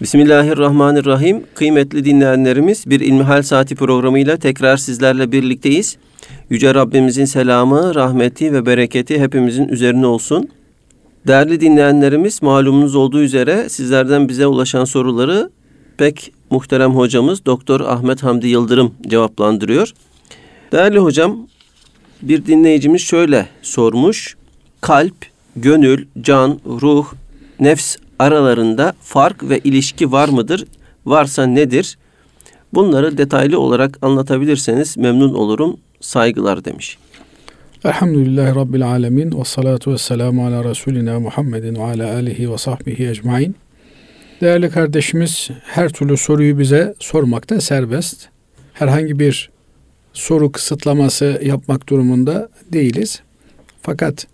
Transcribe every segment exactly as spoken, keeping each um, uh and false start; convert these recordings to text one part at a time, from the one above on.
Bismillahirrahmanirrahim. Kıymetli dinleyenlerimiz, bir İlmihal Saati programıyla tekrar sizlerle birlikteyiz. Yüce Rabbimizin selamı, rahmeti ve bereketi hepimizin üzerine olsun. Değerli dinleyenlerimiz, malumunuz olduğu üzere sizlerden bize ulaşan soruları pek muhterem hocamız Doktor Ahmet Hamdi Yıldırım cevaplandırıyor. Değerli hocam, bir dinleyicimiz şöyle sormuş. Kalp, gönül, can, ruh, nefs aralarında fark ve ilişki var mıdır? Varsa nedir? Bunları detaylı olarak anlatabilirseniz memnun olurum. Saygılar demiş. Elhamdülillahi Rabbil alemin ve salatu ve selamu ala Resulina Muhammedin ve ala alihi ve sahbihi ecmain. Değerli kardeşimiz her türlü soruyu bize sormakta serbest. Herhangi bir soru kısıtlaması yapmak durumunda değiliz. Fakat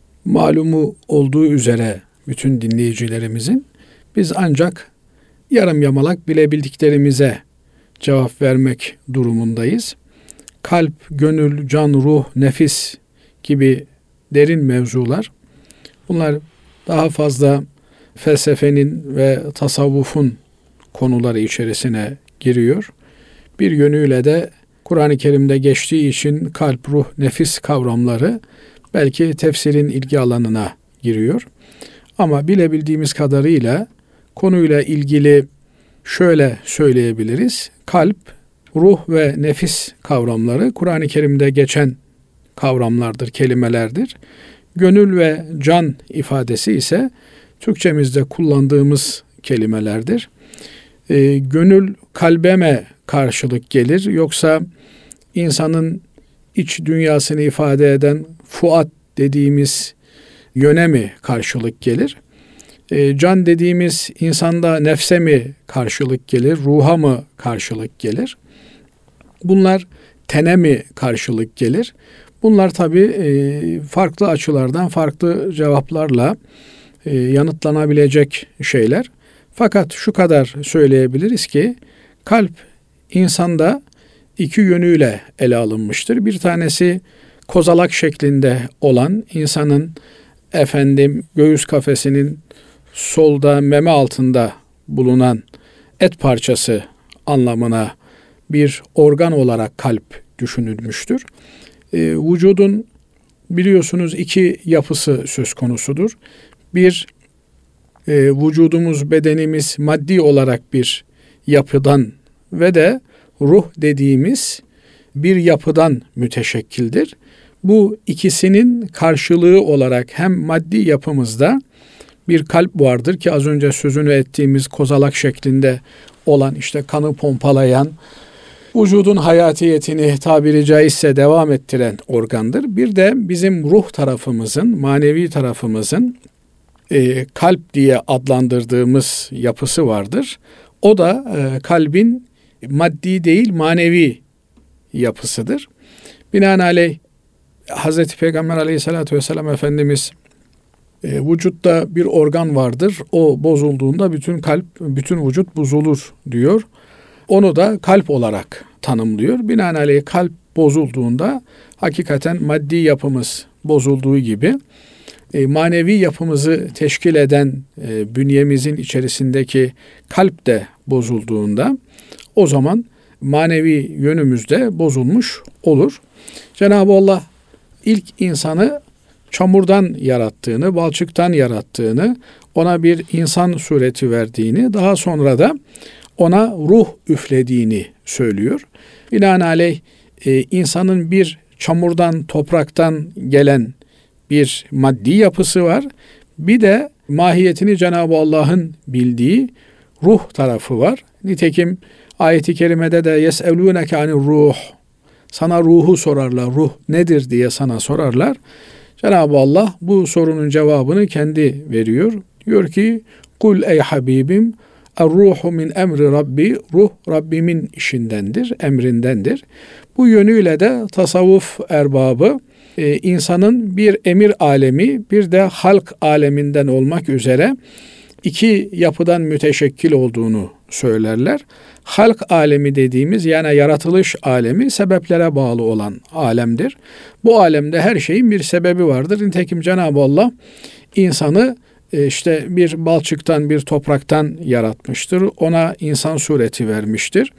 malumu olduğu üzere bütün dinleyicilerimizin biz ancak yarım yamalak bilebildiklerimize cevap vermek durumundayız. Kalp, gönül, can, ruh, nefis gibi derin mevzular. Bunlar daha fazla felsefenin ve tasavvufun konuları içerisine giriyor. Bir yönüyle de Kur'an-ı Kerim'de geçtiği için kalp, ruh, nefis kavramları belki tefsirin ilgi alanına giriyor. Ama bilebildiğimiz kadarıyla konuyla ilgili şöyle söyleyebiliriz. Kalp, ruh ve nefis kavramları Kur'an-ı Kerim'de geçen kavramlardır, kelimelerdir. Gönül ve can ifadesi ise Türkçemizde kullandığımız kelimelerdir. E, gönül kalbeme karşılık gelir, yoksa insanın iç dünyasını ifade eden fuat dediğimiz yöne mi karşılık gelir? E, can dediğimiz insanda nefse mi karşılık gelir? Ruha mı karşılık gelir? Bunlar tene mi karşılık gelir? Bunlar tabii e, farklı açılardan, farklı cevaplarla e, yanıtlanabilecek şeyler. Fakat şu kadar söyleyebiliriz ki kalp insanda iki yönüyle ele alınmıştır. Bir tanesi kozalak şeklinde olan, insanın efendim göğüs kafesinin solda meme altında bulunan et parçası anlamına bir organ olarak kalp düşünülmüştür. E, vücudun biliyorsunuz iki yapısı söz konusudur. Bir, e, vücudumuz, bedenimiz maddi olarak bir yapıdan ve de ruh dediğimiz bir yapıdan müteşekkildir. Bu ikisinin karşılığı olarak hem maddi yapımızda bir kalp vardır ki az önce sözünü ettiğimiz kozalak şeklinde olan, işte kanı pompalayan, vücudun hayatiyetini tabiri caizse devam ettiren organdır. Bir de bizim ruh tarafımızın, manevi tarafımızın e, kalp diye adlandırdığımız yapısı vardır. O da e, kalbin maddi değil manevi yapısıdır. Binaenaleyh Hazreti Peygamber Aleyhisselatü Vesselam Efendimiz e, vücutta bir organ vardır. O bozulduğunda bütün kalp, bütün vücut bozulur diyor. Onu da kalp olarak tanımlıyor. Binaenaleyh kalp bozulduğunda hakikaten maddi yapımız bozulduğu gibi e, manevi yapımızı teşkil eden e, bünyemizin içerisindeki kalp de bozulduğunda o zaman manevi yönümüz de bozulmuş olur. Cenab-ı Allah ilk insanı çamurdan yarattığını, balçıktan yarattığını, ona bir insan sureti verdiğini, daha sonra da ona ruh üflediğini söylüyor. Binaenaleyh e, insanın bir çamurdan, topraktan gelen bir maddi yapısı var. Bir de mahiyetini Cenab-ı Allah'ın bildiği ruh tarafı var. Nitekim ayet-i kerimede de yes'elûneke anir ruh. Sana ruhu sorarlar. Ruh nedir diye sana sorarlar. Cenab-ı Allah bu sorunun cevabını kendi veriyor. Diyor ki kul ey habibim er-ruhu min emri rabbi. Ruh Rabbimin işindendir, emrindendir. Bu yönüyle de tasavvuf erbabı e, insanın bir emir alemi, bir de halk aleminden olmak üzere iki yapıdan müteşekkil olduğunu söylerler. Halk alemi dediğimiz, yani yaratılış alemi, sebeplere bağlı olan alemdir. Bu alemde her şeyin bir sebebi vardır. Nitekim Cenab-ı Allah insanı e, işte bir balçıktan, bir topraktan yaratmıştır. Ona insan sureti vermiştir.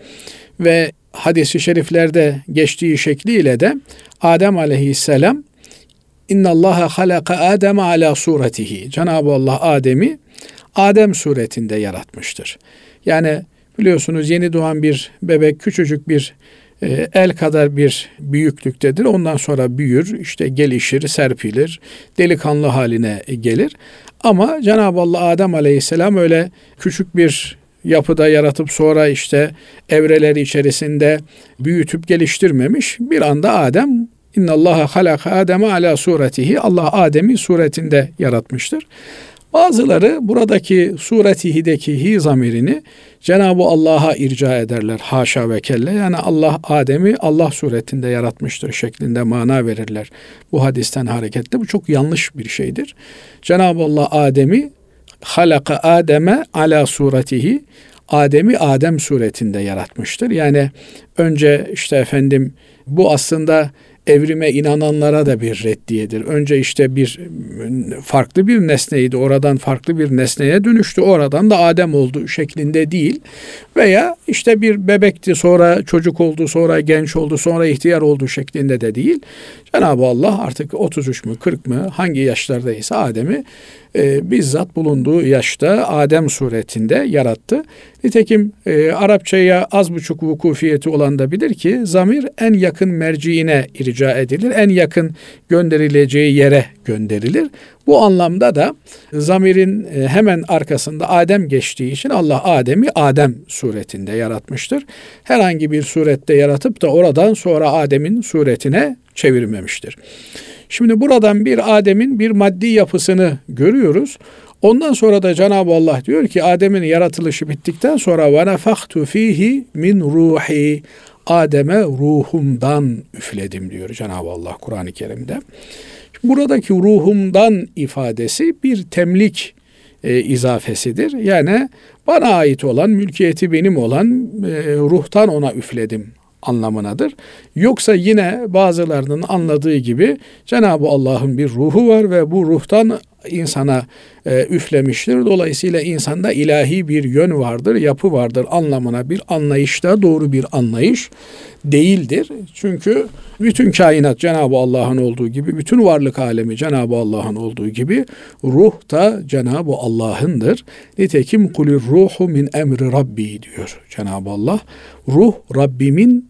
Ve hadis-i şeriflerde geçtiği şekliyle de Adem aleyhisselam İnnallâhe halaka Adem'e ala suretihi. Cenab-ı Allah Adem'i Adem suretinde yaratmıştır. Yani biliyorsunuz yeni doğan bir bebek küçücük bir e, el kadar bir büyüklüktedir. Ondan sonra büyür, işte gelişir, serpilir, delikanlı haline gelir. Ama Cenab-ı Allah Adem aleyhisselam öyle küçük bir yapıda yaratıp sonra işte evreler içerisinde büyütüp geliştirmemiş. Bir anda Adem İnnallâhe halaka Adem'e ala suretihi. Allah Adem'i suretinde yaratmıştır. Bazıları buradaki suretihi'deki hi zamirini Cenab-ı Allah'a irca ederler. Haşa ve kelle. Yani Allah Adem'i Allah suretinde yaratmıştır şeklinde mana verirler. Bu hadisten hareketle bu çok yanlış bir şeydir. Cenab-ı Allah Adem'i halaka Adem'e ala suretihi. Adem'i Adem suretinde yaratmıştır. Yani önce işte efendim bu aslında evrime inananlara da bir reddiyedir. Önce işte bir farklı bir nesneydi. Oradan farklı bir nesneye dönüştü. Oradan da Adem oldu şeklinde değil. Veya işte bir bebekti, sonra çocuk oldu, sonra genç oldu, sonra ihtiyar oldu şeklinde de değil. Cenab-ı Allah artık otuz üç mü kırk mı hangi yaşlardaysa Adem'i e, bizzat bulunduğu yaşta Adem suretinde yarattı. Nitekim e, Arapçaya az buçuk vukufiyeti olan da bilir ki zamir en yakın merciine irca edilir. En yakın gönderileceği yere gönderilir. Bu anlamda da zamirin e, hemen arkasında Adem geçtiği için Allah Adem'i Adem suretinde yaratmıştır. Herhangi bir surette yaratıp da oradan sonra Adem'in suretine çevirmemiştir. Şimdi buradan bir Adem'in bir maddi yapısını görüyoruz. Ondan sonra da Cenab-ı Allah diyor ki Adem'in yaratılışı bittikten sonra ve nefahtu fihi min ruhi. Adem'e ruhumdan üfledim diyor Cenab-ı Allah Kur'an-ı Kerim'de. Buradaki ruhumdan ifadesi bir temlik e, izafesidir. Yani bana ait olan, mülkiyeti benim olan e, ruhtan ona üfledim anlamınadır. Yoksa yine bazılarının anladığı gibi Cenab-ı Allah'ın bir ruhu var ve bu ruhtan insana e, üflemiştir. Dolayısıyla insanda ilahi bir yön vardır, yapı vardır anlamına bir anlayışta doğru bir anlayış değildir. Çünkü bütün kainat Cenab-ı Allah'ın olduğu gibi, bütün varlık alemi Cenab-ı Allah'ın olduğu gibi ruh da Cenab-ı Allah'ındır. Nitekim kulir ruhu min emri Rabbi diyor Cenab-ı Allah. Ruh Rabbimin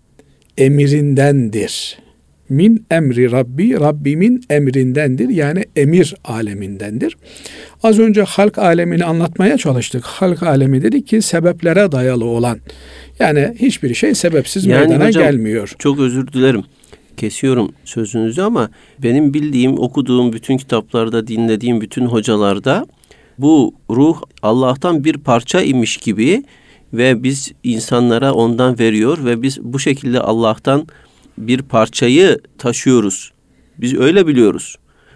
emrindendir. Min emri Rabbi, Rabbimin emrindendir. Yani emir alemindendir. Az önce halk alemini anlatmaya çalıştık. Halk alemi dedik ki sebeplere dayalı olan. Yani hiçbir şey sebepsiz yani meydana hocam, gelmiyor. Çok özür dilerim. Kesiyorum sözünüzü ama benim bildiğim, okuduğum bütün kitaplarda, dinlediğim bütün hocalarda bu ruh Allah'tan bir parça imiş gibi ve biz insanlara ondan veriyor ve biz bu şekilde Allah'tan bir parçayı taşıyoruz. Biz öyle biliyoruz.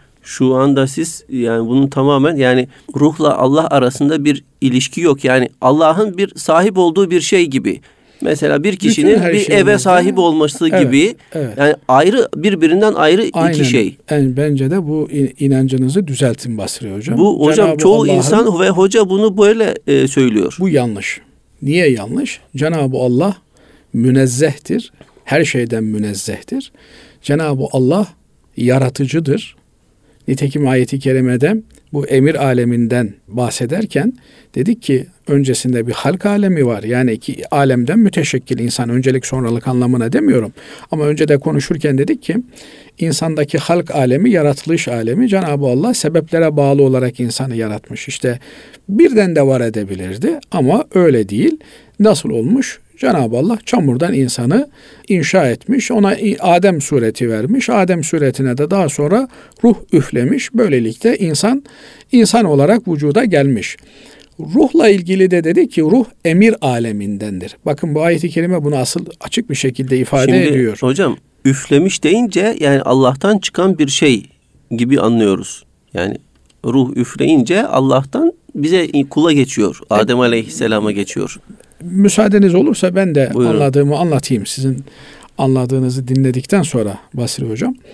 Şu anda siz yani bunun tamamen yani ruhla Allah arasında bir ilişki yok. Yani Allah'ın bir sahip olduğu bir şey gibi. Mesela bir kişinin bir eve sahip olması evet, gibi. Evet. Yani ayrı birbirinden ayrı Aynen. iki şey. Yani bence de bu inancınızı düzeltin Basri Hocam. Bu hocam Cenab-ı çoğu Allah'ın, insan ve hoca bunu böyle e, söylüyor. Bu yanlış. Niye yanlış? Cenab-ı Allah münezzehtir. Her şeyden münezzehtir. Cenab-ı Allah yaratıcıdır. Nitekim ayeti kerimede bu emir aleminden bahsederken dedik ki öncesinde bir halk alemi var. Yani iki alemden müteşekkil insan, öncelik sonralık anlamına demiyorum. Ama önce de konuşurken dedik ki insandaki halk alemi, yaratılış alemi, Cenab-ı Allah sebeplere bağlı olarak insanı yaratmış. İşte birden de var edebilirdi ama öyle değil. Nasıl olmuş? Cenab-ı Allah çamurdan insanı inşa etmiş, ona Adem sureti vermiş. Adem suretine de daha sonra ruh üflemiş. Böylelikle insan insan olarak vücuda gelmiş. Ruhla ilgili de dedi ki ruh emir alemindendir. Bakın bu ayet-i kerime bunu asıl açık bir şekilde ifade Şimdi, ediyor. Hocam üflemiş deyince yani Allah'tan çıkan bir şey gibi anlıyoruz. Yani ruh üfleyince Allah'tan bize kula geçiyor. Adem Aleyhisselam'a geçiyor. Müsaadeniz olursa ben de Buyurun. anladığımı anlatayım. Sizin anladığınızı dinledikten sonra Basri Hocam.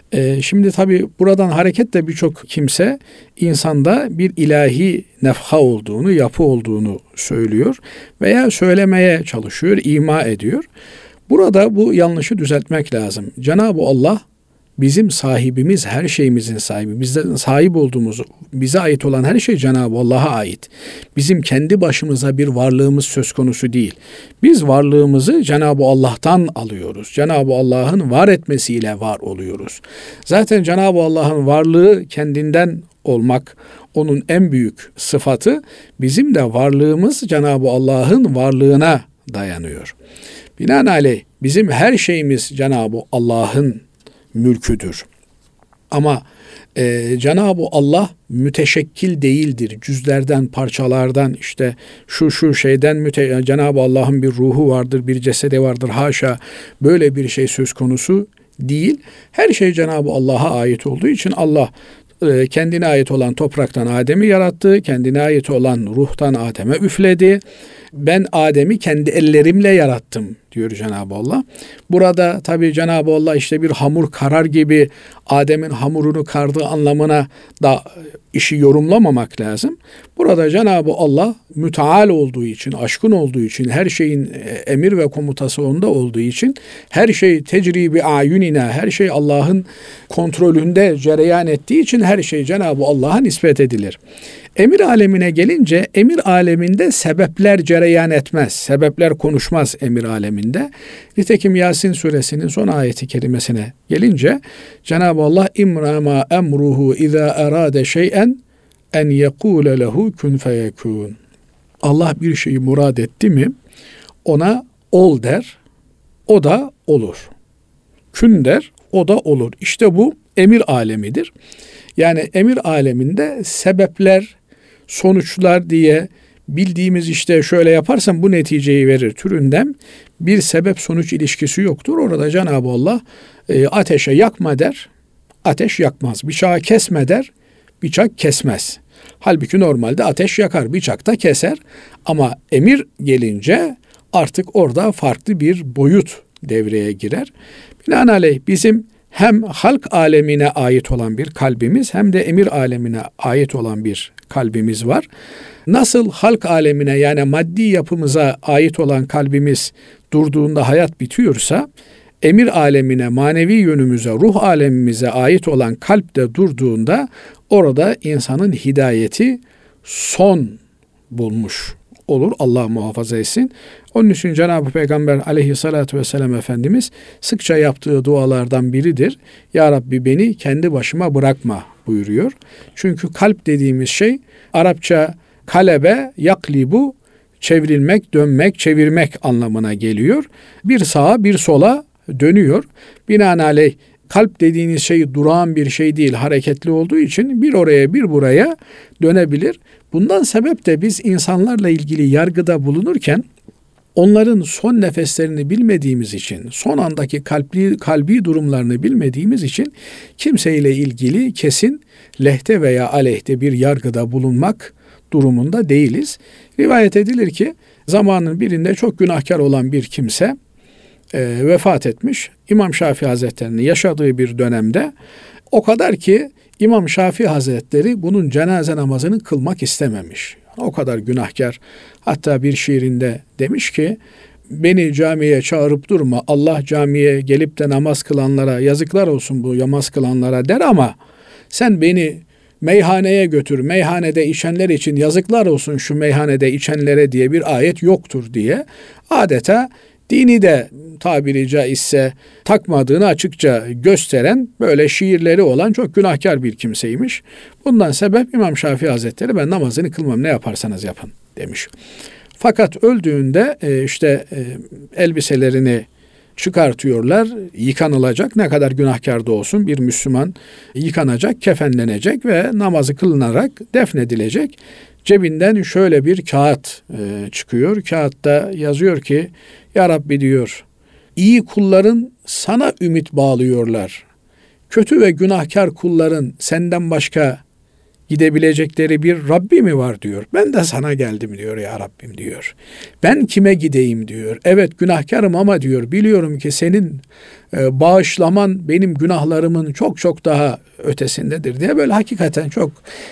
Ee, şimdi tabii buradan hareketle birçok kimse insanda bir ilahi nefha olduğunu, yapı olduğunu söylüyor veya söylemeye çalışıyor, ima ediyor. Burada bu yanlışı düzeltmek lazım. Cenab-ı Allah bizim sahibimiz, her şeyimizin sahibi. Bizden sahip olduğumuz, bize ait olan her şey Cenab-ı Allah'a ait. Bizim kendi başımıza bir varlığımız söz konusu değil. Biz varlığımızı Cenab-ı Allah'tan alıyoruz. Cenab-ı Allah'ın var etmesiyle var oluyoruz. Zaten Cenab-ı Allah'ın varlığı kendinden olmak, onun en büyük sıfatı, bizim de varlığımız Cenab-ı Allah'ın varlığına dayanıyor. Binaenaleyh bizim her şeyimiz Cenab-ı Allah'ın mülküdür. Ama e, Cenab-ı Allah müteşekkil değildir. Cüzlerden, parçalardan, işte şu şu şeyden müte Cenab-ı Allah'ın bir ruhu vardır, bir cesedi vardır. Haşa, böyle bir şey söz konusu değil. Her şey Cenab-ı Allah'a ait olduğu için Allah e, kendine ait olan topraktan Adem'i yarattı, kendine ait olan ruhtan Adem'e üfledi. Ben Adem'i kendi ellerimle yarattım diyor Cenab-ı Allah. Burada tabii Cenab-ı Allah işte bir hamur karar gibi Adem'in hamurunu kardığı anlamına da işi yorumlamamak lazım. Burada Cenab-ı Allah müteal olduğu için, aşkın olduğu için, her şeyin emir ve komutası onda olduğu için, her şey tecribi ayunina, her şey Allah'ın kontrolünde cereyan ettiği için her şey Cenab-ı Allah'a nispet edilir. Emir alemine gelince emir aleminde sebepler cereyan etmez. Sebepler konuşmaz emir aleminde. Nitekim Yasin suresinin son ayeti kerimesine gelince Cenab-ı Allah imrama emruhu iza erade şey'en en yekule lehu kun feyekun. Allah bir şeyi murad etti mi ona ol der, o da olur. Kün der, o da olur. İşte bu emir alemidir. Yani emir aleminde sebepler, sonuçlar diye bildiğimiz işte şöyle yaparsan bu neticeyi verir türünden bir sebep sonuç ilişkisi yoktur. Orada Cenab-ı Allah e, ateşe yakma der, ateş yakmaz. Bıçağı kesme der, bıçak kesmez. Halbuki normalde ateş yakar, bıçak da keser. Ama emir gelince artık orada farklı bir boyut devreye girer. Binaenaleyh bizim hem halk alemine ait olan bir kalbimiz hem de emir alemine ait olan bir kalbimiz var. Nasıl halk alemine yani maddi yapımıza ait olan kalbimiz durduğunda hayat bitiyorsa, emir alemine, manevi yönümüze, ruh alemimize ait olan kalp de durduğunda orada insanın hidayeti son bulmuş olur. Allah muhafaza etsin. Onun için Cenab-ı Peygamber aleyhissalatü vesselam Efendimiz sıkça yaptığı dualardan biridir. Ya Rabbi beni kendi başıma bırakma buyuruyor. Çünkü kalp dediğimiz şey Arapça kalebe yaklibu, çevrilmek, dönmek, çevirmek anlamına geliyor. Bir sağa bir sola dönüyor. Binaenaleyh kalp dediğiniz şey durağan bir şey değil, hareketli olduğu için bir oraya bir buraya dönebilir. Bundan sebep de biz insanlarla ilgili yargıda bulunurken onların son nefeslerini bilmediğimiz için, son andaki kalbi, kalbi durumlarını bilmediğimiz için kimseyle ilgili kesin lehte veya aleyhte bir yargıda bulunmak durumunda değiliz. Rivayet edilir ki zamanın birinde çok günahkar olan bir kimse e, vefat etmiş. İmam Şafii Hazretleri'nin yaşadığı bir dönemde o kadar ki İmam Şafii Hazretleri bunun cenaze namazını kılmak istememiş. O kadar günahkar. Hatta bir şiirinde demiş ki beni camiye çağırıp durma. Allah camiye gelip de namaz kılanlara yazıklar olsun bu namaz kılanlara der ama sen beni meyhaneye götür. Meyhanede içenler için yazıklar olsun şu meyhanede içenlere diye bir ayet yoktur diye adeta dini de tabiri caizse takmadığını açıkça gösteren böyle şiirleri olan çok günahkar bir kimseymiş. Bundan sebep İmam Şafii Hazretleri ben namazını kılmam ne yaparsanız yapın demiş. Fakat öldüğünde işte elbiselerini çıkartıyorlar, yıkanılacak ne kadar günahkar da olsun bir Müslüman yıkanacak, kefenlenecek ve namazı kılınarak defnedilecek. Cebinden şöyle bir kağıt e, çıkıyor. Kağıtta yazıyor ki Ya Rabbi diyor iyi kulların sana ümit bağlıyorlar. Kötü ve günahkar kulların senden başka gidebilecekleri bir Rabbi mi var diyor. Ben de sana geldim diyor ya Rabbim diyor. Ben kime gideyim diyor. Evet günahkarım ama diyor biliyorum ki senin e, bağışlaman benim günahlarımın çok çok daha ötesindedir diye böyle hakikaten çok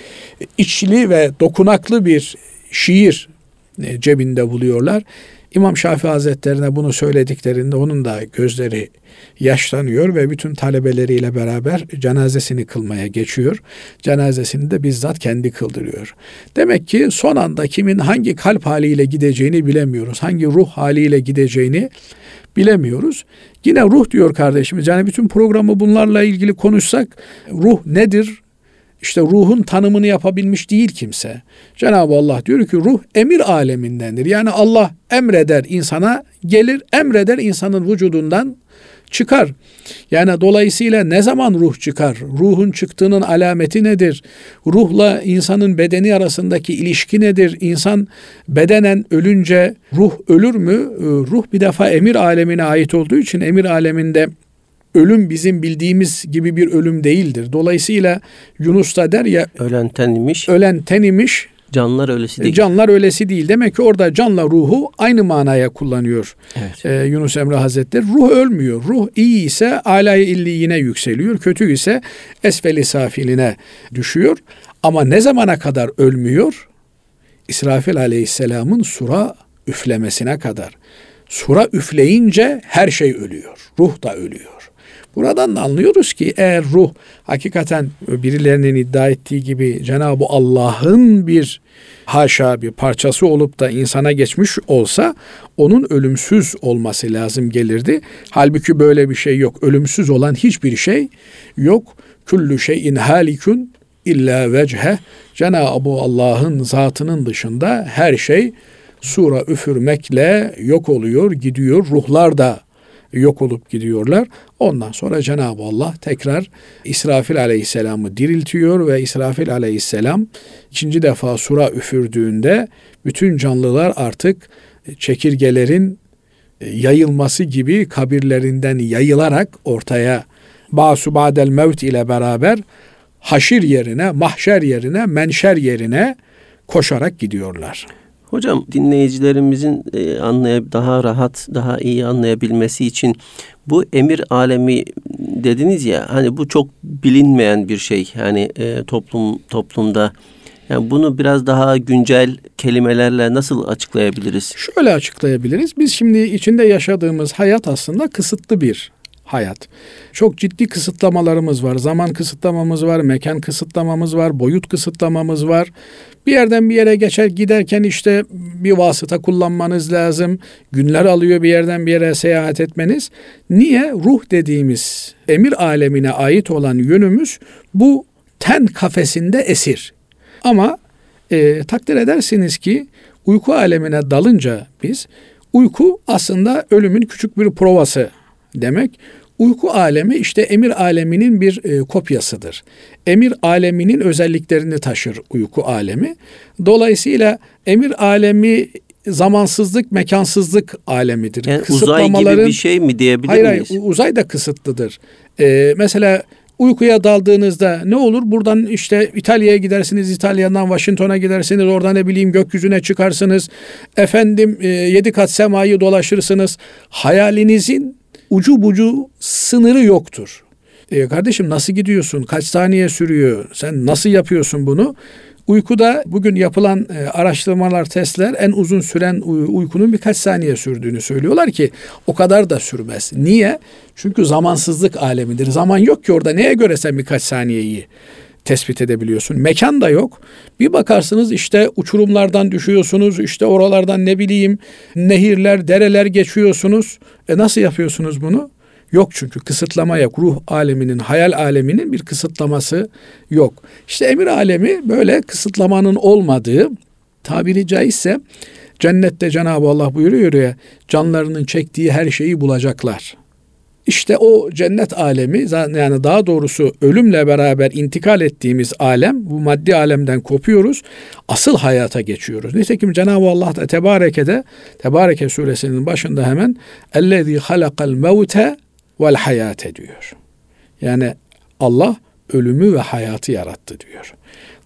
içli ve dokunaklı bir şiir e, cebinde buluyorlar. İmam Şafii Hazretlerine bunu söylediklerinde onun da gözleri yaşlanıyor ve bütün talebeleriyle beraber cenazesini kılmaya geçiyor. Cenazesini de bizzat kendi kıldırıyor. Demek ki son anda kimin hangi kalp haliyle gideceğini bilemiyoruz. Hangi ruh haliyle gideceğini bilemiyoruz. Yine ruh diyor kardeşimiz. Yani bütün programı bunlarla ilgili konuşsak ruh nedir? İşte ruhun tanımını yapabilmiş değil kimse. Cenab-ı Allah diyor ki ruh emir alemindendir. Yani Allah emreder insana gelir, emreder insanın vücudundan çıkar. Yani dolayısıyla ne zaman ruh çıkar? Ruhun çıktığının alameti nedir? Ruhla insanın bedeni arasındaki ilişki nedir? İnsan bedenen ölünce ruh ölür mü? Ruh bir defa emir alemine ait olduğu için emir aleminde ölüm bizim bildiğimiz gibi bir ölüm değildir. Dolayısıyla Yunus da der ya ölen ten imiş. Ölen ten imiş. Canlar öylesi değil. Canlar öylesi değil. Demek ki orada canla ruhu aynı manaya kullanıyor. Evet. Ee, Yunus Emre Hazretleri. Ruh ölmüyor. Ruh iyi ise âlâ-i illiyine yükseliyor. Kötü ise esfel-i safiline düşüyor. Ama ne zamana kadar ölmüyor? İsrafil Aleyhisselam'ın sura üflemesine kadar. Sura üfleyince her şey ölüyor. Ruh da ölüyor. Buradan da anlıyoruz ki eğer ruh hakikaten birilerinin iddia ettiği gibi Cenab-ı Allah'ın bir haşa bir parçası olup da insana geçmiş olsa onun ölümsüz olması lazım gelirdi. Halbuki böyle bir şey yok. Ölümsüz olan hiçbir şey yok. Küllü şeyin halikun illa vechhe. Cenab-ı Allah'ın zatının dışında her şey sura üfürmekle yok oluyor, gidiyor. Ruhlar da yok olup gidiyorlar. Ondan sonra Cenab-ı Allah tekrar İsrafil Aleyhisselam'ı diriltiyor ve İsrafil Aleyhisselam ikinci defa sura üfürdüğünde bütün canlılar artık çekirgelerin yayılması gibi kabirlerinden yayılarak ortaya ba'su ba'del mevt ile beraber haşir yerine, mahşer yerine, menşer yerine koşarak gidiyorlar. Hocam dinleyicilerimizin e, anlayab daha rahat, daha iyi anlayabilmesi için bu emir alemi dediniz ya, hani bu çok bilinmeyen bir şey. Yani e, toplum toplumda. Yani bunu biraz daha güncel kelimelerle nasıl açıklayabiliriz? Şöyle açıklayabiliriz. Biz şimdi içinde yaşadığımız hayat aslında kısıtlı bir hayat. Çok ciddi kısıtlamalarımız var. Zaman kısıtlamamız var, mekan kısıtlamamız var, boyut kısıtlamamız var. Bir yerden bir yere geçer giderken işte bir vasıta kullanmanız lazım. Günler alıyor bir yerden bir yere seyahat etmeniz. Niye? Ruh dediğimiz emir alemine ait olan yönümüz bu ten kafesinde esir. Ama e, takdir edersiniz ki uyku alemine dalınca biz, uyku aslında ölümün küçük bir provası demek. Uyku alemi işte emir aleminin bir e, kopyasıdır. Emir aleminin özelliklerini taşır uyku alemi. Dolayısıyla emir alemi zamansızlık, mekansızlık alemidir. Yani uzay gibi bir şey mi diyebilir hayır, miyiz? Hayır, uzay da kısıtlıdır. E, mesela uykuya daldığınızda ne olur? Buradan işte İtalya'ya gidersiniz, İtalya'dan Washington'a gidersiniz, oradan ne bileyim gökyüzüne çıkarsınız. Efendim e, yedi kat semayı dolaşırsınız. Hayalinizin ucu bucu sınırı yoktur. E kardeşim nasıl gidiyorsun? Kaç saniye sürüyor? Sen nasıl yapıyorsun bunu? Uykuda bugün yapılan e, araştırmalar, testler en uzun süren uy- uykunun birkaç saniye sürdüğünü söylüyorlar ki o kadar da sürmez. Niye? Çünkü zamansızlık alemidir. Zaman yok ki orada. Neye göre sen birkaç saniyeyi tespit edebiliyorsun? Mekan da yok. Bir bakarsınız işte uçurumlardan düşüyorsunuz. İşte oralardan ne bileyim nehirler, dereler geçiyorsunuz. E nasıl yapıyorsunuz bunu? Yok çünkü kısıtlama yok. Ruh aleminin, hayal aleminin bir kısıtlaması yok. İşte emir alemi böyle kısıtlamanın olmadığı, tabiri caizse cennette Cenab-ı Allah buyuruyor ya, canlarının çektiği her şeyi bulacaklar. İşte o cennet alemi, yani daha doğrusu ölümle beraber intikal ettiğimiz alem, bu maddi alemden kopuyoruz, asıl hayata geçiyoruz. Nitekim Cenab-ı Allah da Tebareke'de, Tebareke suresinin başında hemen اَلَّذ۪ي خَلَقَ الْمَوْتَ وَالْحَيَاةَ diyor. Yani Allah ölümü ve hayatı yarattı diyor.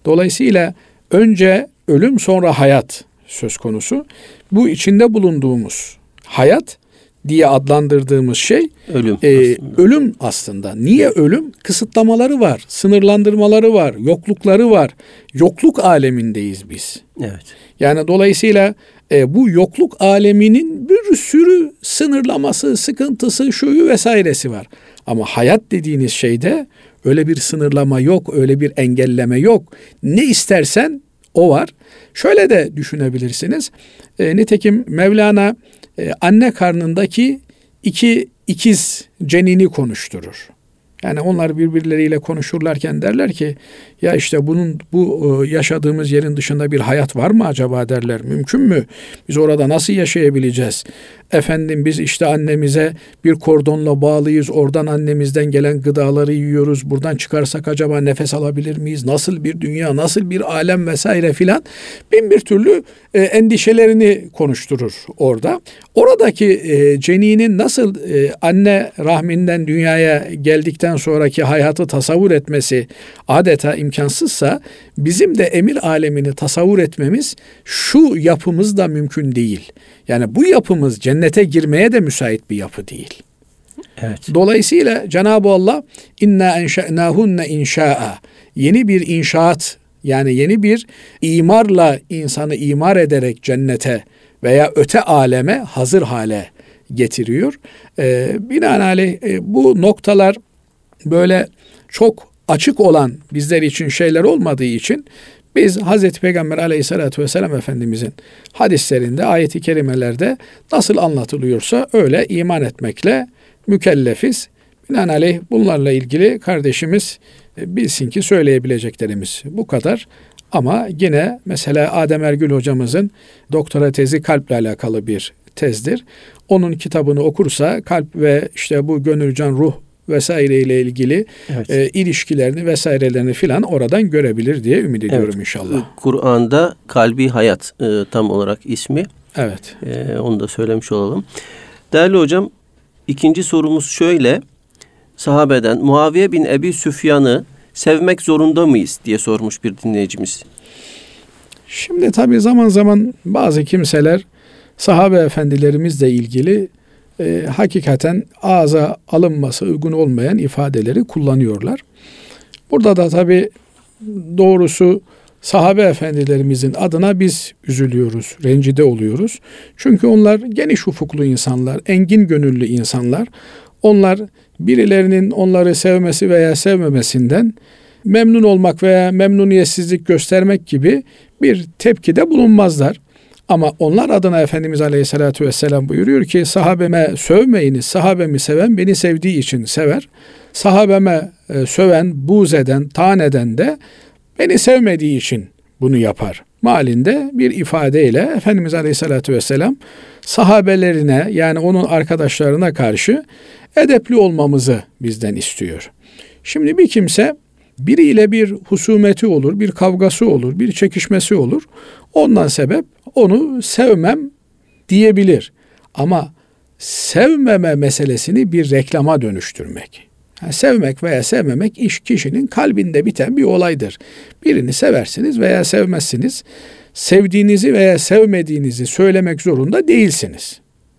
Dolayısıyla önce ölüm sonra hayat söz konusu. Bu içinde bulunduğumuz hayat diye adlandırdığımız şey Ölüm e, aslında. ölüm aslında. Niye ölüm? Kısıtlamaları var, sınırlandırmaları var, yoklukları var. Yokluk alemindeyiz biz. Evet. Yani dolayısıyla e, bu yokluk aleminin bir sürü sınırlaması, sıkıntısı, şuyu vesairesi var. Ama hayat dediğiniz şeyde öyle bir sınırlama yok, öyle bir engelleme yok. Ne istersen o var. Şöyle de düşünebilirsiniz. E, nitekim Mevlana e, anne karnındaki iki ikiz cenini konuşturur. Yani onlar birbirleriyle konuşurlarken derler ki ya işte bunun bu yaşadığımız yerin dışında bir hayat var mı acaba derler. Mümkün mü? Biz orada nasıl yaşayabileceğiz? Efendim biz işte annemize bir kordonla bağlıyız. Oradan annemizden gelen gıdaları yiyoruz. Buradan çıkarsak acaba nefes alabilir miyiz? Nasıl bir dünya, nasıl bir alem vesaire filan. Bin bir türlü e, endişelerini konuşturur orada. Oradaki e, ceninin nasıl e, anne rahminden dünyaya geldikten sonraki hayatı tasavvur etmesi adeta imkansızsa bizim de emir alemini tasavvur etmemiz şu yapımızda mümkün değil. Yani bu yapımız cennete girmeye de müsait bir yapı değil. Evet. Dolayısıyla Cenab-ı Allah inna enşa'nahunne inşa'a yeni bir inşaat yani yeni bir imarla insanı imar ederek cennete veya öte aleme hazır hale getiriyor. Ee, binaenaleyh e, bu noktalar böyle çok açık olan bizler için şeyler olmadığı için biz Hazreti Peygamber Aleyhisselatü Vesselam Efendimizin hadislerinde, ayet-i kerimelerde nasıl anlatılıyorsa öyle iman etmekle mükellefiz. Binaenaleyh bunlarla ilgili kardeşimiz bilsin ki söyleyebileceklerimiz bu kadar. Ama yine mesela Adem Ergül hocamızın doktora tezi kalple alakalı bir tezdir. Onun kitabını okursa kalp ve işte bu gönülcan ruh vesaire ile ilgili evet. e, ilişkilerini vesairelerini filan oradan görebilir diye ümit ediyorum evet. inşallah. Kur'an'da kalbi hayat e, tam olarak ismi. Evet. E, onu da söylemiş olalım. Değerli hocam, ikinci sorumuz şöyle. Sahabeden Muaviye bin Ebi Süfyan'ı sevmek zorunda mıyız diye sormuş bir dinleyicimiz. Şimdi tabii zaman zaman bazı kimseler sahabe efendilerimizle ilgili e, hakikaten ağza alınması uygun olmayan ifadeleri kullanıyorlar. Burada da tabii doğrusu sahabe efendilerimizin adına biz üzülüyoruz, rencide oluyoruz. Çünkü onlar geniş ufuklu insanlar, engin gönüllü insanlar. Onlar birilerinin onları sevmesi veya sevmemesinden memnun olmak veya memnuniyetsizlik göstermek gibi bir tepkide bulunmazlar. Ama onlar adına Efendimiz Aleyhisselatü Vesselam buyuruyor ki sahabeme sövmeyiniz, sahabemi seven beni sevdiği için sever. Sahabeme e, söven, buğz eden, taan eden de beni sevmediği için bunu yapar. Malinde bir ifadeyle Efendimiz Aleyhisselatü Vesselam sahabelerine yani onun arkadaşlarına karşı edepli olmamızı bizden istiyor. Şimdi bir kimse biriyle bir husumeti olur, bir kavgası olur, bir çekişmesi olur. Ondan sebep onu sevmem diyebilir. Ama sevmeme meselesini bir reklama dönüştürmek. Yani sevmek veya sevmemek iş kişinin kalbinde biten bir olaydır. Birini seversiniz veya sevmezsiniz. Sevdiğinizi veya sevmediğinizi söylemek zorunda değilsiniz.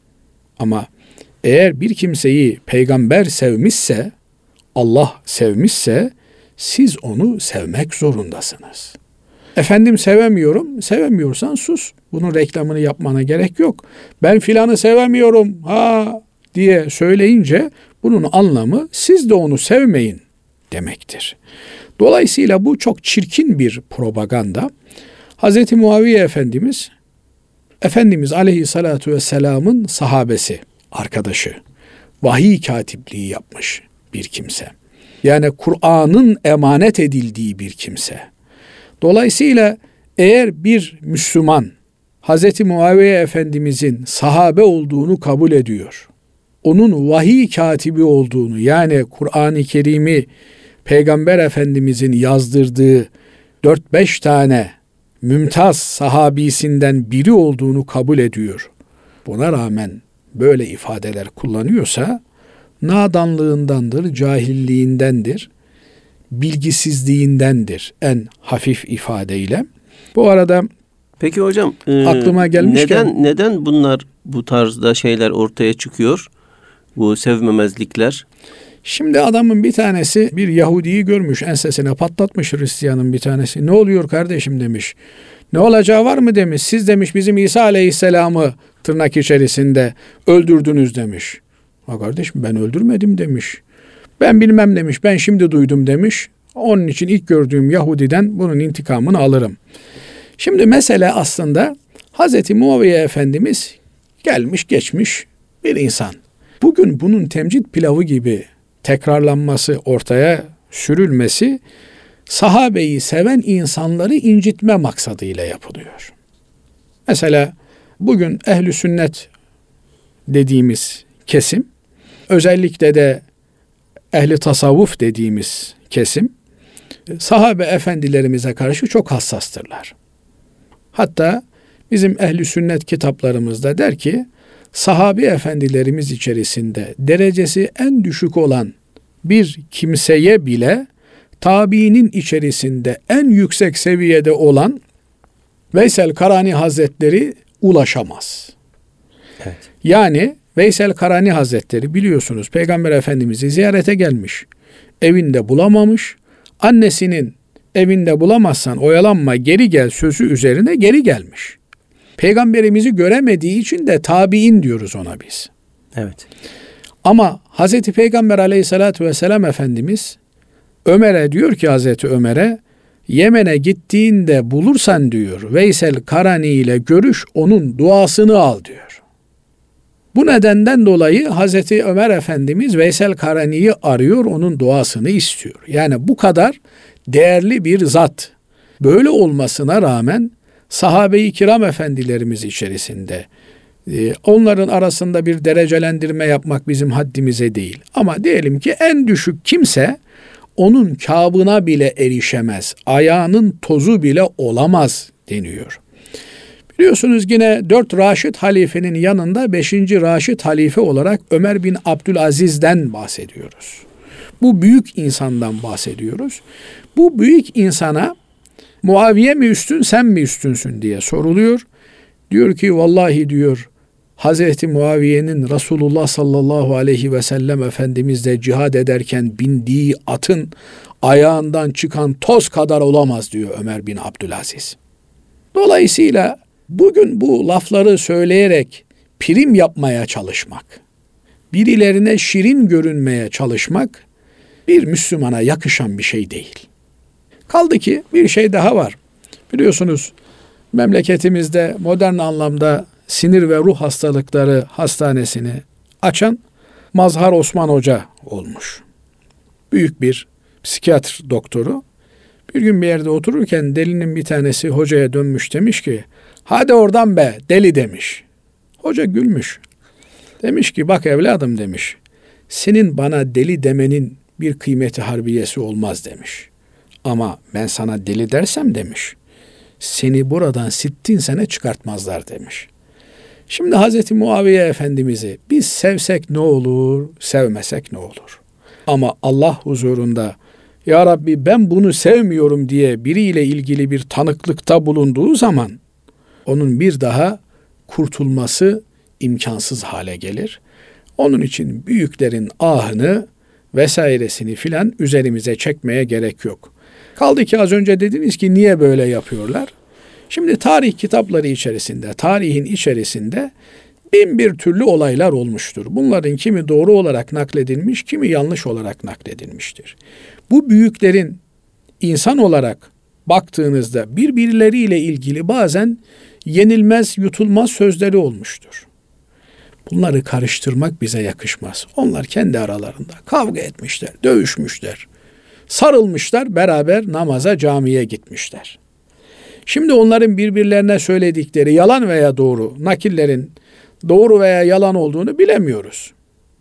Ama eğer bir kimseyi peygamber sevmişse, Allah sevmişse siz onu sevmek zorundasınız. Efendim sevemiyorum, sevemiyorsan sus. Bunun reklamını yapmana gerek yok. Ben filanı sevemiyorum ha diye söyleyince bunun anlamı siz de onu sevmeyin demektir. Dolayısıyla bu çok çirkin bir propaganda. Hazreti Muaviye Efendimiz, Efendimiz Aleyhisselatü Vesselam'ın sahabesi, arkadaşı, vahiy katipliği yapmış bir kimse. Yani Kur'an'ın emanet edildiği bir kimse. Dolayısıyla eğer bir Müslüman Hazreti Muaviye Efendimizin sahabe olduğunu kabul ediyor, onun vahiy katibi olduğunu yani Kur'an-ı Kerim'i Peygamber Efendimizin yazdırdığı dört beş tane mümtaz sahabisinden biri olduğunu kabul ediyor. Buna rağmen böyle ifadeler kullanıyorsa nadanlığındandır, cahilliğindendir. bilgisizliğindendir en hafif ifadeyle. Bu arada peki hocam e, aklıma gelmişken neden neden bunlar bu tarzda şeyler ortaya çıkıyor? Bu sevmemezlikler. Şimdi adamın bir tanesi bir Yahudi'yi görmüş, ensesine patlatmış Hristiyanın bir tanesi. Ne oluyor kardeşim demiş. Ne olacağı var mı demiş. Siz demiş bizim İsa Aleyhisselam'ı tırnak içerisinde öldürdünüz demiş. Ha kardeşim ben öldürmedim demiş. Ben bilmem demiş. Ben şimdi duydum demiş. Onun için ilk gördüğüm Yahudi'den bunun intikamını alırım. Şimdi mesele aslında Hazreti Muaviye Efendimiz gelmiş geçmiş bir insan. Bugün bunun temcid pilavı gibi tekrarlanması, ortaya sürülmesi sahabeyi seven insanları incitme maksadıyla yapılıyor. Mesela bugün ehl-i sünnet dediğimiz kesim, özellikle de ehli tasavvuf dediğimiz kesim, sahabe efendilerimize karşı çok hassastırlar. Hatta bizim ehli sünnet kitaplarımızda der ki, sahabi efendilerimiz içerisinde derecesi en düşük olan bir kimseye bile tabiinin içerisinde en yüksek seviyede olan Veysel Karani Hazretleri ulaşamaz. Evet. Yani Veysel Karani Hazretleri biliyorsunuz Peygamber Efendimiz'i ziyarete gelmiş. Evinde bulamamış. Annesinin evinde bulamazsan oyalanma geri gel sözü üzerine geri gelmiş. Peygamberimizi göremediği için de tabiin diyoruz ona biz. Evet. Ama Hazreti Peygamber Aleyhisselatü Vesselam Efendimiz Ömer'e diyor ki Hazreti Ömer'e Yemen'e gittiğinde bulursan diyor Veysel Karani ile görüş onun duasını al diyor. Bu nedenden dolayı Hazreti Ömer Efendimiz Veysel Karani'yi arıyor, onun duasını istiyor. Yani bu kadar değerli bir zat. Böyle olmasına rağmen sahabe-i kiram efendilerimiz içerisinde onların arasında bir derecelendirme yapmak bizim haddimize değil. Ama diyelim ki en düşük kimse onun kâbına bile erişemez. Ayağının tozu bile olamaz deniyor. Biliyorsunuz yine dört Raşid halifenin yanında beşinci Raşid halife olarak Ömer bin Abdülaziz'den bahsediyoruz. Bu büyük insandan bahsediyoruz. Bu büyük insana Muaviye mi üstün sen mi üstünsün diye soruluyor. Diyor ki vallahi diyor Hazreti Muaviye'nin Resulullah sallallahu aleyhi ve sellem Efendimizle cihad ederken bindiği atın ayağından çıkan toz kadar olamaz diyor Ömer bin Abdülaziz. Dolayısıyla bugün bu lafları söyleyerek prim yapmaya çalışmak, birilerine şirin görünmeye çalışmak bir Müslümana yakışan bir şey değil. Kaldı ki bir şey daha var. Biliyorsunuz memleketimizde modern anlamda sinir ve ruh hastalıkları hastanesini açan Mazhar Osman Hoca olmuş. Büyük bir psikiyatr doktoru. Bir gün bir yerde otururken delinin bir tanesi hocaya dönmüş demiş ki hadi oradan be deli demiş. Hoca gülmüş. Demiş ki bak evladım demiş. Senin bana deli demenin bir kıymeti harbiyesi olmaz demiş. Ama ben sana deli dersem demiş. Seni buradan sittin sene çıkartmazlar demiş. Şimdi Hazreti Muaviye Efendimiz'i biz sevsek ne olur, sevmesek ne olur? Ama Allah huzurunda ya Rabbi ben bunu sevmiyorum diye biriyle ilgili bir tanıklıkta bulunduğu zaman onun bir daha kurtulması imkansız hale gelir. Onun için büyüklerin ahını vesairesini filan üzerimize çekmeye gerek yok. Kaldı ki az önce dediniz ki niye böyle yapıyorlar? Şimdi tarih kitapları içerisinde, tarihin içerisinde bin bir türlü olaylar olmuştur. Bunların kimi doğru olarak nakledilmiş, kimi yanlış olarak nakledilmiştir. Bu büyüklerin insan olarak baktığınızda birbirleriyle ilgili bazen yenilmez, yutulmaz sözleri olmuştur. Bunları karıştırmak bize yakışmaz. Onlar kendi aralarında kavga etmişler, dövüşmüşler, sarılmışlar, beraber namaza, camiye gitmişler. Şimdi onların birbirlerine söyledikleri yalan veya doğru, nakillerin doğru veya yalan olduğunu bilemiyoruz.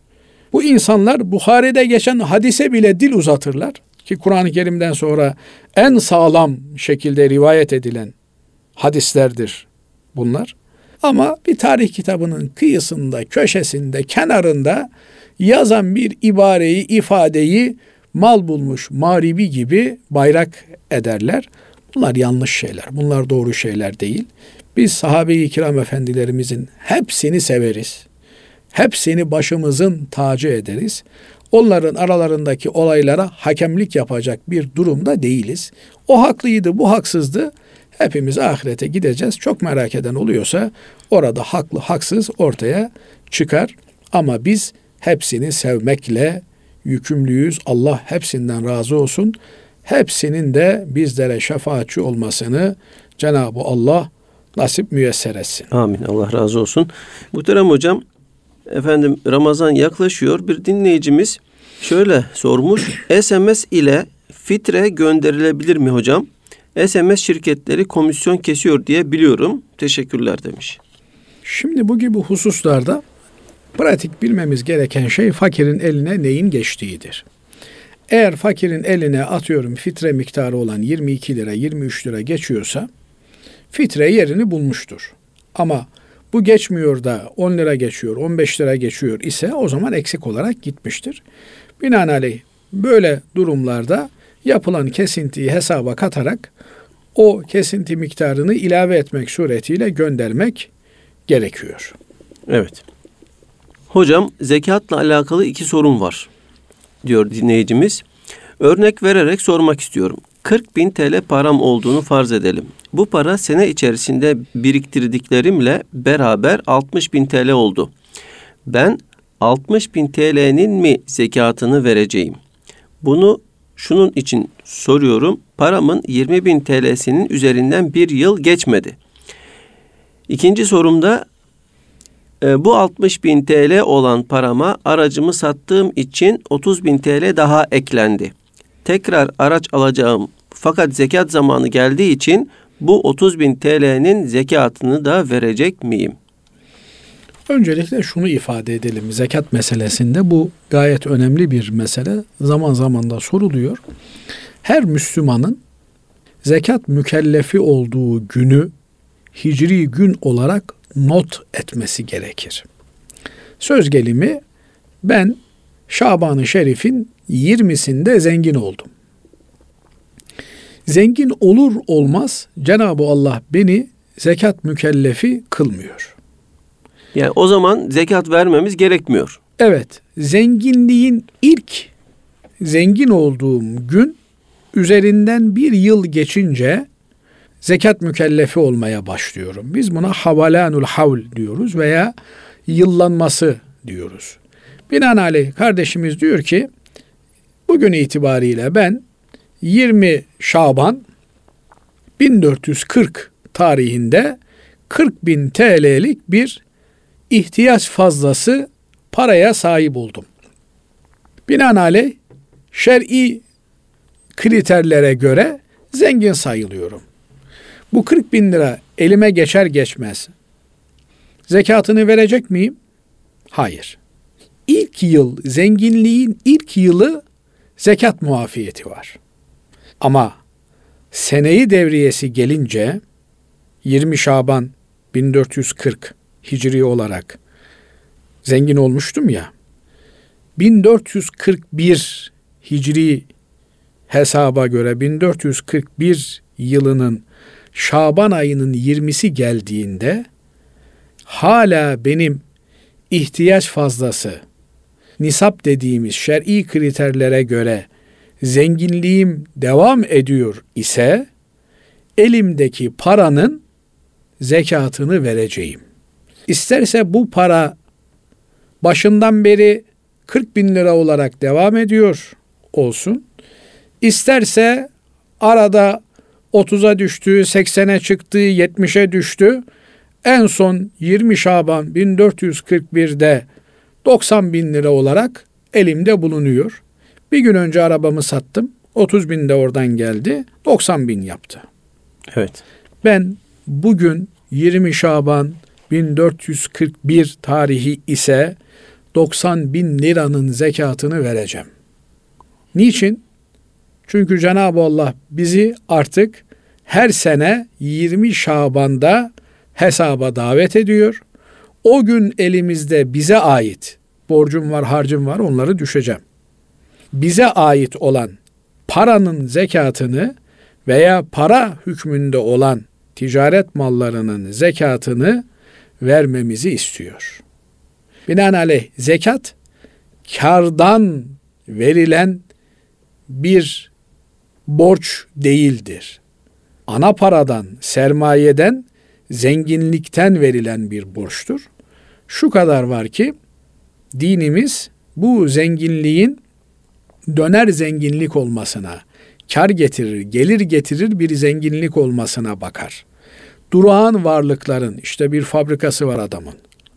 Bu insanlar Buhari'de geçen hadise bile dil uzatırlar ki Kur'an-ı Kerim'den sonra en sağlam şekilde rivayet edilen hadislerdir bunlar. Ama bir tarih kitabının kıyısında, köşesinde, kenarında yazan bir ibareyi, ifadeyi mal bulmuş mağribi gibi bayrak ederler. Bunlar yanlış şeyler. Bunlar doğru şeyler değil. Biz sahabe-i kiram efendilerimizin hepsini severiz. Hepsini başımızın tacı ederiz. Onların aralarındaki olaylara hakemlik yapacak bir durumda değiliz. O haklıydı, bu haksızdı. Hepimiz ahirete gideceğiz. Çok merak eden oluyorsa orada haklı, haksız ortaya çıkar. Ama biz hepsini sevmekle yükümlüyüz. Allah hepsinden razı olsun. Hepsinin de bizlere şefaatçi olmasını Cenab-ı Allah nasip müyesser etsin. Amin. Allah razı olsun. Muhterem hocam, efendim Ramazan yaklaşıyor. Bir dinleyicimiz şöyle sormuş. S M S ile fitre gönderilebilir mi hocam? S M S şirketleri komisyon kesiyor diye biliyorum. Teşekkürler demiş. Şimdi bu gibi hususlarda pratik bilmemiz gereken şey fakirin eline neyin geçtiğidir. Eğer fakirin eline atıyorum fitre miktarı olan yirmi iki lira, yirmi üç lira geçiyorsa fitre yerini bulmuştur. Ama bu geçmiyor da on lira geçiyor, on beş lira geçiyor ise o zaman eksik olarak gitmiştir. Binaenaleyh böyle durumlarda yapılan kesintiyi hesaba katarak o kesinti miktarını ilave etmek suretiyle göndermek gerekiyor. Evet. Hocam, zekatla alakalı iki sorun var diyor dinleyicimiz. Örnek vererek sormak istiyorum. kırk bin T L param olduğunu farz edelim. Bu para sene içerisinde biriktirdiklerimle beraber altmış bin T L oldu. Ben altmış bin T L'nin mi zekatını vereceğim? Bunu şunun için soruyorum. Paramın yirmi bin T L'sinin üzerinden bir yıl geçmedi. İkinci sorumda e, bu altmış bin T L olan parama aracımı sattığım için otuz bin T L daha eklendi. Tekrar araç alacağım fakat zekat zamanı geldiği için bu otuz bin T L'nin zekatını da verecek miyim? Öncelikle şunu ifade edelim. Zekat meselesinde bu gayet önemli bir mesele. Zaman zaman da soruluyor. Her Müslümanın zekat mükellefi olduğu günü hicri gün olarak not etmesi gerekir. Söz gelimi ben Şaban-ı Şerif'in yirmisinde zengin oldum. Zengin olur olmaz Cenab-ı Allah beni zekat mükellefi kılmıyor. Yani o zaman zekat vermemiz gerekmiyor. Evet, zenginliğin ilk zengin olduğum gün üzerinden bir yıl geçince zekat mükellefi olmaya başlıyorum. Biz buna havalanul havl diyoruz veya yıllanması diyoruz. Binaenaleyh kardeşimiz diyor ki bugün itibariyle ben yirmi Şaban bin dört yüz kırk tarihinde kırk bin T L'lik bir ihtiyaç fazlası paraya sahip oldum. Binaenaleyh şer'i kriterlere göre zengin sayılıyorum. Bu kırk bin lira elime geçer geçmez zekatını verecek miyim? Hayır. İlk yıl, zenginliğin ilk yılı zekat muafiyeti var. Ama seneyi devriyesi gelince yirmi Şaban bin dört yüz kırk Hicri olarak zengin olmuştum ya, bin dört yüz kırk bir Hicri hesaba göre bin dört yüz kırk bir yılının Şaban ayının yirmisi geldiğinde hala benim ihtiyaç fazlası, nisap dediğimiz şer'i kriterlere göre zenginliğim devam ediyor ise elimdeki paranın zekatını vereceğim. İsterse bu para başından beri kırk bin lira olarak devam ediyor olsun. İsterse arada otuza düştü, seksene çıktı, yetmişe düştü. En son yirmi Şaban bin dört yüz kırk birde doksan bin lira olarak elimde bulunuyor. Bir gün önce arabamı sattım. otuz bin de oradan geldi. doksan bin yaptı. Evet. Ben bugün yirmi Şaban bin dört yüz kırk bir tarihi ise doksan bin liranın zekatını vereceğim. Niçin? Çünkü Cenab-ı Allah bizi artık her sene yirmi Şaban'da hesaba davet ediyor. O gün elimizde bize ait borcum var, harcım var, onları düşeceğim. bize ait olan paranın zekatını veya para hükmünde olan ticaret mallarının zekatını vermemizi istiyor. Binaenaleyh zekat kârdan verilen bir borç değildir. Ana paradan, sermayeden, zenginlikten verilen bir borçtur. Şu kadar var ki dinimiz bu zenginliğin döner zenginlik olmasına, kar getirir, gelir getirir bir zenginlik olmasına bakar. Durağan varlıkların, işte bir fabrikası var adamın.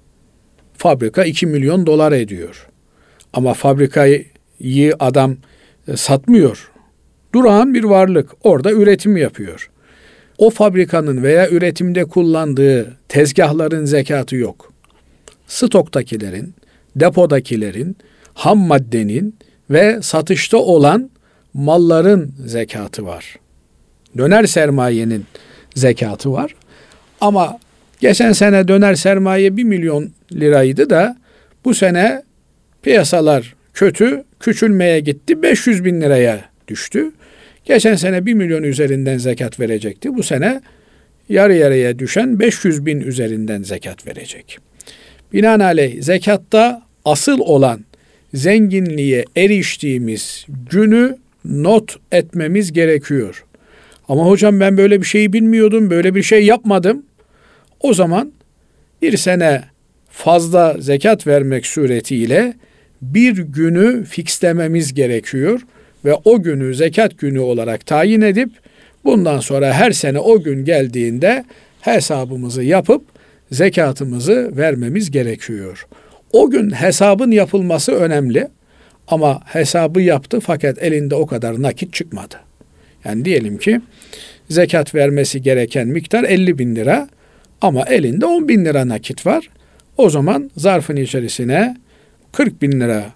Fabrika iki milyon dolar ediyor. Ama fabrikayı adam satmıyor. Durağan bir varlık. Orada üretim yapıyor. O fabrikanın veya üretimde kullandığı tezgahların zekatı yok. Stoktakilerin, depodakilerin, ham maddenin ve satışta olan malların zekatı var. Döner sermayenin zekatı var. Ama geçen sene döner sermaye bir milyon liraydı da bu sene piyasalar kötü, küçülmeye gitti, beş yüz bin liraya düştü. Geçen sene bir milyon üzerinden zekat verecekti. Bu sene yarı yarıya düşen beş yüz bin üzerinden zekat verecek. Binaenaleyh zekatta asıl olan zenginliğe eriştiğimiz günü not etmemiz gerekiyor. Ama hocam ben böyle bir şeyi bilmiyordum, böyle bir şey yapmadım. O zaman bir sene fazla zekat vermek suretiyle bir günü fixlememiz gerekiyor ve o günü zekat günü olarak tayin edip bundan sonra her sene o gün geldiğinde hesabımızı yapıp zekatımızı vermemiz gerekiyor. O gün hesabın yapılması önemli ama hesabı yaptı fakat elinde o kadar nakit çıkmadı. Yani diyelim ki zekat vermesi gereken miktar elli bin lira ama elinde on bin lira nakit var. O zaman zarfın içerisine kırk bin lira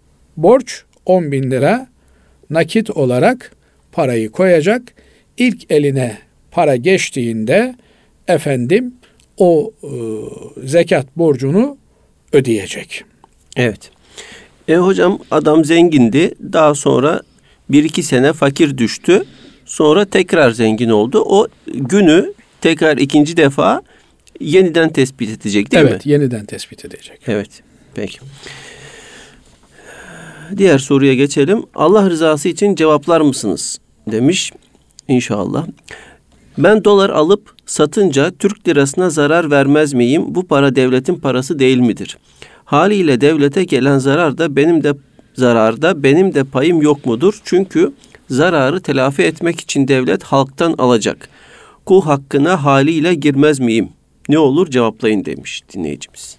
borç, on bin lira nakit olarak parayı koyacak. İlk eline para geçtiğinde efendim o e, zekat borcunu ödeyecek. Evet. E hocam adam zengindi. Daha sonra bir iki sene fakir düştü. Sonra tekrar zengin oldu. O günü tekrar ikinci defa yeniden tespit edecek değil evet, mi? Evet, yeniden tespit edecek. Evet. Peki. Diğer soruya geçelim. Allah rızası için cevaplar mısınız? Demiş. İnşallah. Ben dolar alıp satınca Türk lirasına zarar vermez miyim? Bu para devletin parası değil midir? Haliyle devlete gelen zarar da benim de zararda benim de payım yok mudur? Çünkü zararı telafi etmek için devlet halktan alacak. Kul hakkına haliyle girmez miyim? Ne olur cevaplayın demiş dinleyicimiz.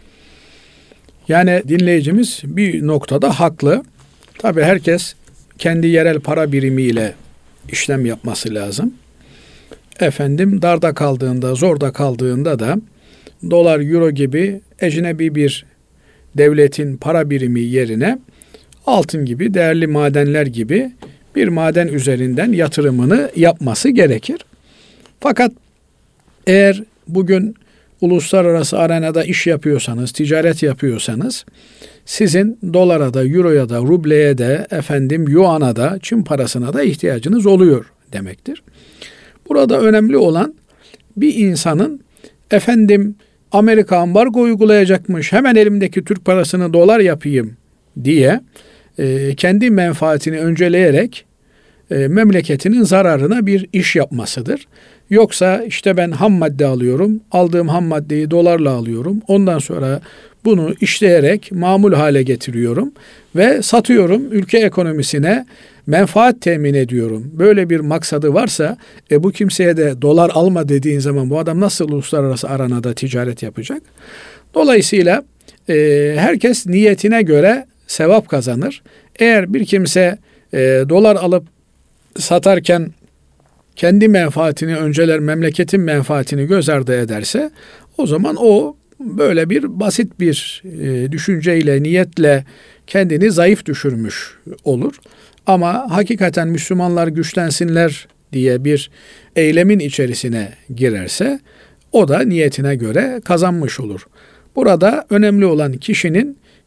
Yani dinleyicimiz bir noktada haklı. Tabii herkes kendi yerel para birimiyle işlem yapması lazım. Efendim darda kaldığında, zorda kaldığında da dolar, euro gibi ecnebi bir devletin para birimi yerine altın gibi, değerli madenler gibi bir maden üzerinden yatırımını yapması gerekir. Fakat eğer bugün uluslararası arenada iş yapıyorsanız, ticaret yapıyorsanız sizin dolara da, euroya da, rubleye de, efendim yuana da, Çin parasına da ihtiyacınız oluyor demektir. Burada önemli olan bir insanın efendim Amerika ambargo uygulayacakmış, hemen elimdeki Türk parasını dolar yapayım diye e, kendi menfaatini önceleyerek e, memleketinin zararına bir iş yapmasıdır. Yoksa işte ben ham madde alıyorum, aldığım ham maddeyi dolarla alıyorum, ondan sonra bunu işleyerek mamul hale getiriyorum ve satıyorum, ülke ekonomisine menfaat temin ediyorum. Böyle bir maksadı varsa e, bu kimseye de dolar alma dediğin zaman bu adam nasıl uluslararası arenada ticaret yapacak? Dolayısıyla e, herkes niyetine göre sevap kazanır. Eğer bir kimse e, dolar alıp satarken kendi menfaatini önceler, memleketin menfaatini göz ardı ederse o zaman o böyle bir basit bir e, düşünceyle, niyetle kendini zayıf düşürmüş olur. Ama hakikaten Müslümanlar güçlensinler diye bir eylemin içerisine girerse o da niyetine göre kazanmış olur. Burada önemli olan kişinin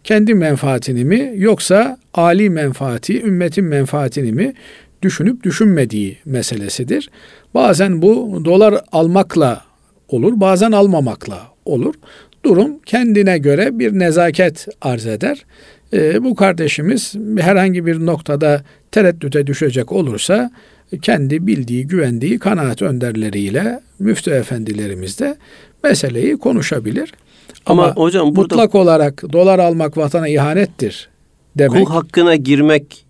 kendi menfaatini mi yoksa âli menfaati, ümmetin menfaatini mi düşünüp düşünmediği meselesidir. Bazen bu dolar almakla olur, bazen almamakla olur. Durum kendine göre bir nezaket arz eder. Ee, bu kardeşimiz herhangi bir noktada tereddüte düşecek olursa kendi bildiği, güvendiği kanaat önderleriyle müftü efendilerimizle meseleyi konuşabilir. Ama, Ama hocam burada mutlak olarak dolar almak vatana ihanettir demek. kul hakkına girmek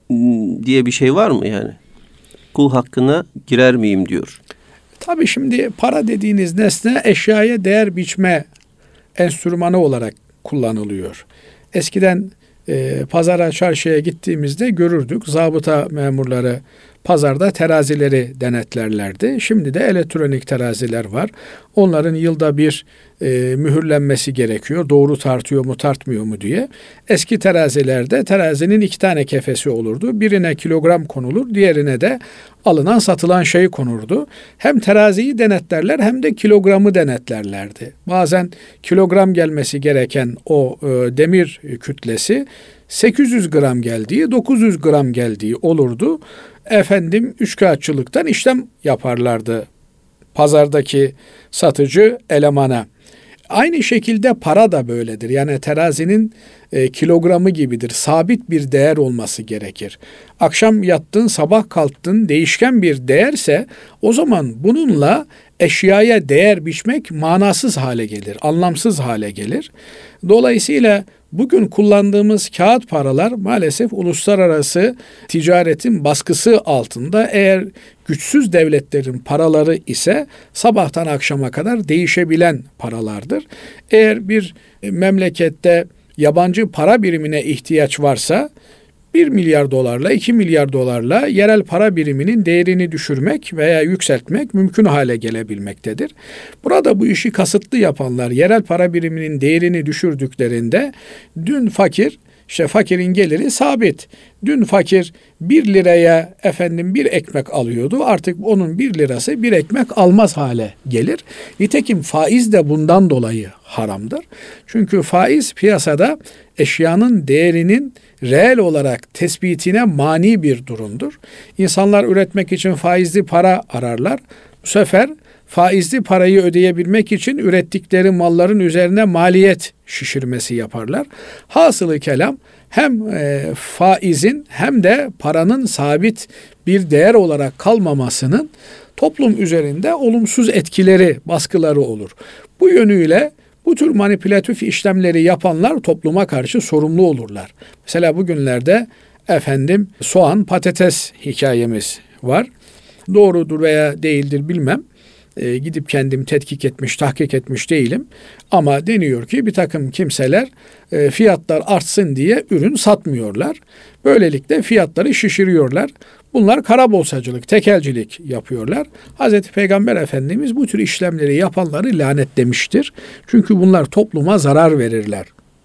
m, diye bir şey var mı yani? Kul hakkına girer miyim diyor. Tabii şimdi para dediğiniz nesne eşyaya değer biçme enstrümanı olarak kullanılıyor. Eskiden e, pazara, çarşıya gittiğimizde görürdük. Zabıta memurları pazarda terazileri denetlerlerdi. Şimdi de elektronik teraziler var. Onların yılda bir e, mühürlenmesi gerekiyor. Doğru tartıyor mu, tartmıyor mu diye. Eski terazilerde terazinin iki tane kefesi olurdu. Birine kilogram konulur, diğerine de alınan, satılan şey konurdu. Hem teraziyi denetlerler hem de kilogramı denetlerlerdi. Bazen kilogram gelmesi gereken o e, demir kütlesi sekiz yüz gram geldiği, dokuz yüz gram geldiği olurdu. Efendim üçkağıtçılıktan işlem yaparlardı pazardaki satıcı elemana. Aynı şekilde para da böyledir. Yani terazinin e, kilogramı gibidir. Sabit bir değer olması gerekir. Akşam yattın, sabah kalktın değişken bir değerse o zaman bununla eşyaya değer biçmek manasız hale gelir, anlamsız hale gelir. Dolayısıyla bugün kullandığımız kağıt paralar maalesef uluslararası ticaretin baskısı altında, eğer güçsüz devletlerin paraları ise sabahtan akşama kadar değişebilen paralardır. Eğer bir memlekette yabancı para birimine ihtiyaç varsa bir milyar dolarla, iki milyar dolarla yerel para biriminin değerini düşürmek veya yükseltmek mümkün hale gelebilmektedir. Burada bu işi kasıtlı yapanlar yerel para biriminin değerini düşürdüklerinde dün fakir, işte fakirin geliri sabit. Dün fakir bir liraya efendim bir ekmek alıyordu. Artık onun bir lirası bir ekmek almaz hale gelir. Nitekim faiz de bundan dolayı haramdır. Çünkü faiz piyasada eşyanın değerinin reel olarak tespitine mani bir durumdur. İnsanlar üretmek için faizli para ararlar. Bu sefer faizli parayı ödeyebilmek için ürettikleri malların üzerine maliyet şişirmesi yaparlar. Hasılı kelam hem e, faizin hem de paranın sabit bir değer olarak kalmamasının toplum üzerinde olumsuz etkileri, baskıları olur. Bu yönüyle bu tür manipülatif işlemleri yapanlar topluma karşı sorumlu olurlar. Mesela bugünlerde efendim soğan, patates hikayemiz var. Doğrudur veya değildir bilmem. E, gidip kendim tetkik etmiş, tahkik etmiş değilim. Ama deniyor ki bir takım kimseler e, fiyatlar artsın diye ürün satmıyorlar. Böylelikle fiyatları şişiriyorlar. Bunlar kara borsacılık, tekelcilik yapıyorlar. Hazreti Peygamber Efendimiz bu tür işlemleri yapanları lanetlemiştir. Çünkü bunlar topluma zarar verirler.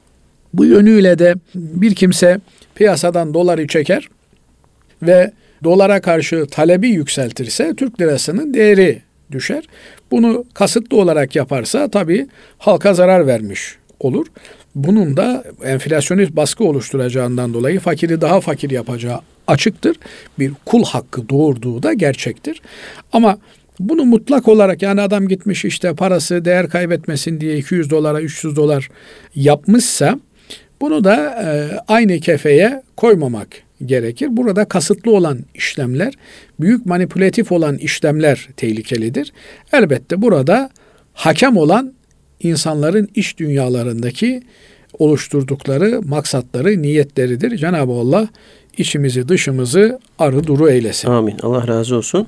Bu yönüyle de bir kimse piyasadan doları çeker ve dolara karşı talebi yükseltirse Türk lirasının değeri düşer. Bunu kasıtlı olarak yaparsa tabii halka zarar vermiş olur. Bunun da enflasyonist baskı oluşturacağından dolayı fakiri daha fakir yapacağı açıktır. Bir kul hakkı doğurduğu da gerçektir. Ama bunu mutlak olarak, yani adam gitmiş işte parası değer kaybetmesin diye iki yüz dolara üç yüz dolar yapmışsa bunu da e, aynı kefeye koymamak gerekir. Burada kasıtlı olan işlemler, büyük manipülatif olan işlemler tehlikelidir. Elbette burada hakem olan insanların iç dünyalarındaki oluşturdukları maksatları, niyetleridir. Cenab-ı Allah içimizi dışımızı arı duru eylesin. Amin. Allah razı olsun.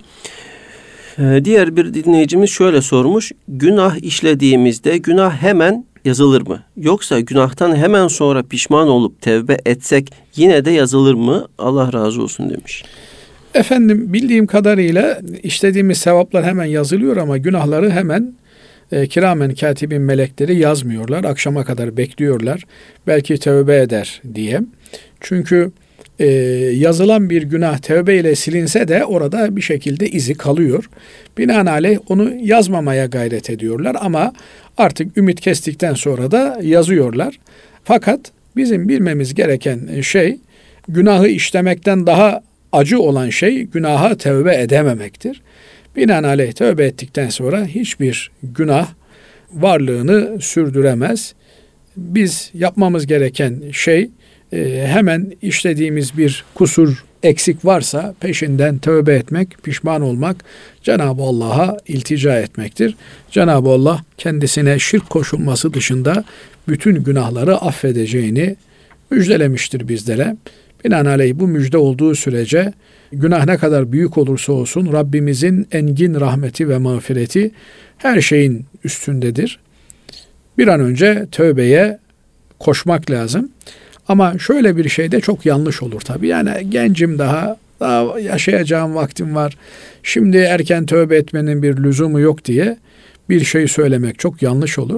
Ee, diğer bir dinleyicimiz şöyle sormuş. Günah işlediğimizde günah hemen yazılır mı? Yoksa günahtan hemen sonra pişman olup tevbe etsek yine de yazılır mı? Allah razı olsun demiş. Efendim bildiğim kadarıyla işlediğimiz sevaplar hemen yazılıyor ama günahları hemen e, kiramen katibin melekleri yazmıyorlar. Akşama kadar bekliyorlar. Belki tövbe eder diye. Çünkü e, yazılan bir günah tövbe ile silinse de orada bir şekilde izi kalıyor. Binaenaleyh onu yazmamaya gayret ediyorlar ama artık ümit kestikten sonra da yazıyorlar. Fakat bizim bilmemiz gereken şey, günahı işlemekten daha acı olan şey günaha tövbe edememektir. Binaenaleyh tövbe ettikten sonra hiçbir günah varlığını sürdüremez. Biz yapmamız gereken şey e, hemen işlediğimiz bir kusur, eksik varsa peşinden tövbe etmek, pişman olmak, Cenab-ı Allah'a iltica etmektir. Cenab-ı Allah kendisine şirk koşulması dışında bütün günahları affedeceğini müjdelemiştir bizlere. Binaenaleyh bu müjde olduğu sürece günah ne kadar büyük olursa olsun Rabbimizin engin rahmeti ve mağfireti her şeyin üstündedir. Bir an önce tövbeye koşmak lazım. Ama şöyle bir şey de çok yanlış olur tabii. Yani gencim daha, daha yaşayacağım vaktim var. Şimdi erken tövbe etmenin bir lüzumu yok diye bir şey söylemek çok yanlış olur.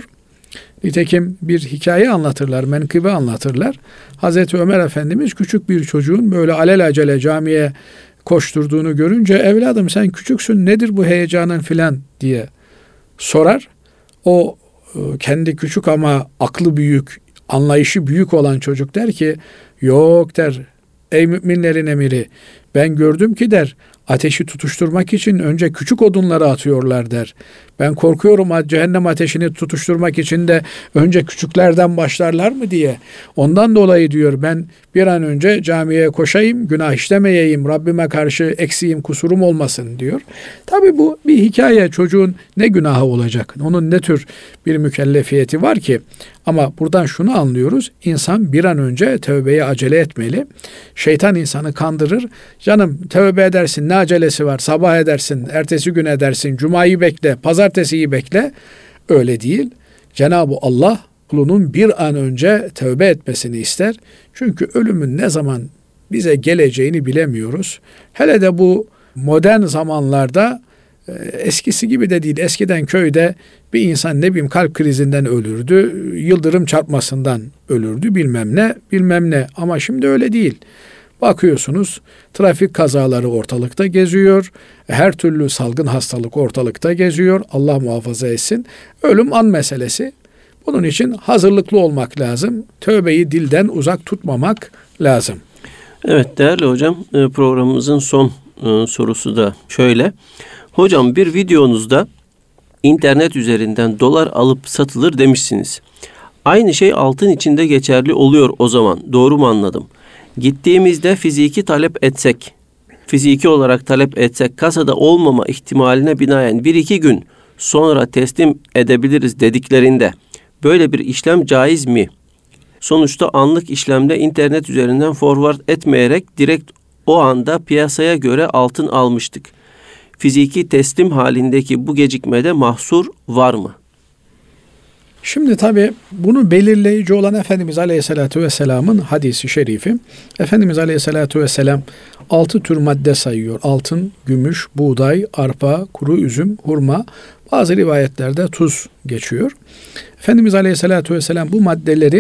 Nitekim bir hikaye anlatırlar, menkıbe anlatırlar. Hazreti Ömer Efendimiz küçük bir çocuğun böyle alelacele camiye koşturduğunu görünce, evladım sen küçüksün, nedir bu heyecanın filan diye sorar. O kendi küçük ama aklı büyük, anlayışı büyük olan çocuk der ki, yok der, ey müminlerin emiri, ben gördüm ki der, ateşi tutuşturmak için önce küçük odunları atıyorlar der. Ben korkuyorum cehennem ateşini tutuşturmak için de önce küçüklerden başlarlar mı diye. Ondan dolayı diyor ben bir an önce camiye koşayım, günah işlemeyeyim, Rabbime karşı eksiğim, kusurum olmasın diyor. Tabii bu bir hikaye, çocuğun ne günahı olacak? Onun ne tür bir mükellefiyeti var ki? Ama buradan şunu anlıyoruz. İnsan bir an önce tövbeye acele etmeli. Şeytan insanı kandırır. Canım tövbe edersin, ne acelesi var? Sabah edersin, ertesi gün edersin, cumayı bekle, pazartesiyi bekle. Öyle değil. Cenab-ı Allah kulunun bir an önce tövbe etmesini ister. Çünkü ölümün ne zaman bize geleceğini bilemiyoruz. Hele de bu modern zamanlarda eskisi gibi de değil. Eskiden köyde bir insan ne bileyim kalp krizinden ölürdü, yıldırım çarpmasından ölürdü, bilmem ne, bilmem ne. Ama şimdi öyle değil. Bakıyorsunuz trafik kazaları ortalıkta geziyor, her türlü salgın hastalık ortalıkta geziyor. Allah muhafaza etsin. Ölüm an meselesi. Bunun için hazırlıklı olmak lazım. Tövbeyi dilden uzak tutmamak lazım. Evet değerli hocam, programımızın son sorusu da şöyle. Hocam bir videonuzda internet üzerinden dolar alıp satılır demişsiniz. Aynı şey altın için de geçerli oluyor o zaman. Doğru mu anladım? Gittiğimizde fiziki talep etsek, fiziki olarak talep etsek kasada olmama ihtimaline binaen bir iki gün sonra teslim edebiliriz dediklerinde böyle bir işlem caiz mi? Sonuçta anlık işlemde internet üzerinden forward etmeyerek direkt o anda piyasaya göre altın almıştık. Fiziki teslim halindeki bu gecikmede mahsur var mı? Şimdi tabii bunu belirleyici olan Efendimiz Aleyhisselatü Vesselam'ın hadisi şerifi. Efendimiz Aleyhisselatü Vesselam altı tür madde sayıyor. Altın, gümüş, buğday, arpa, kuru üzüm, hurma, bazı rivayetlerde tuz geçiyor. Efendimiz Aleyhisselatü Vesselam bu maddeleri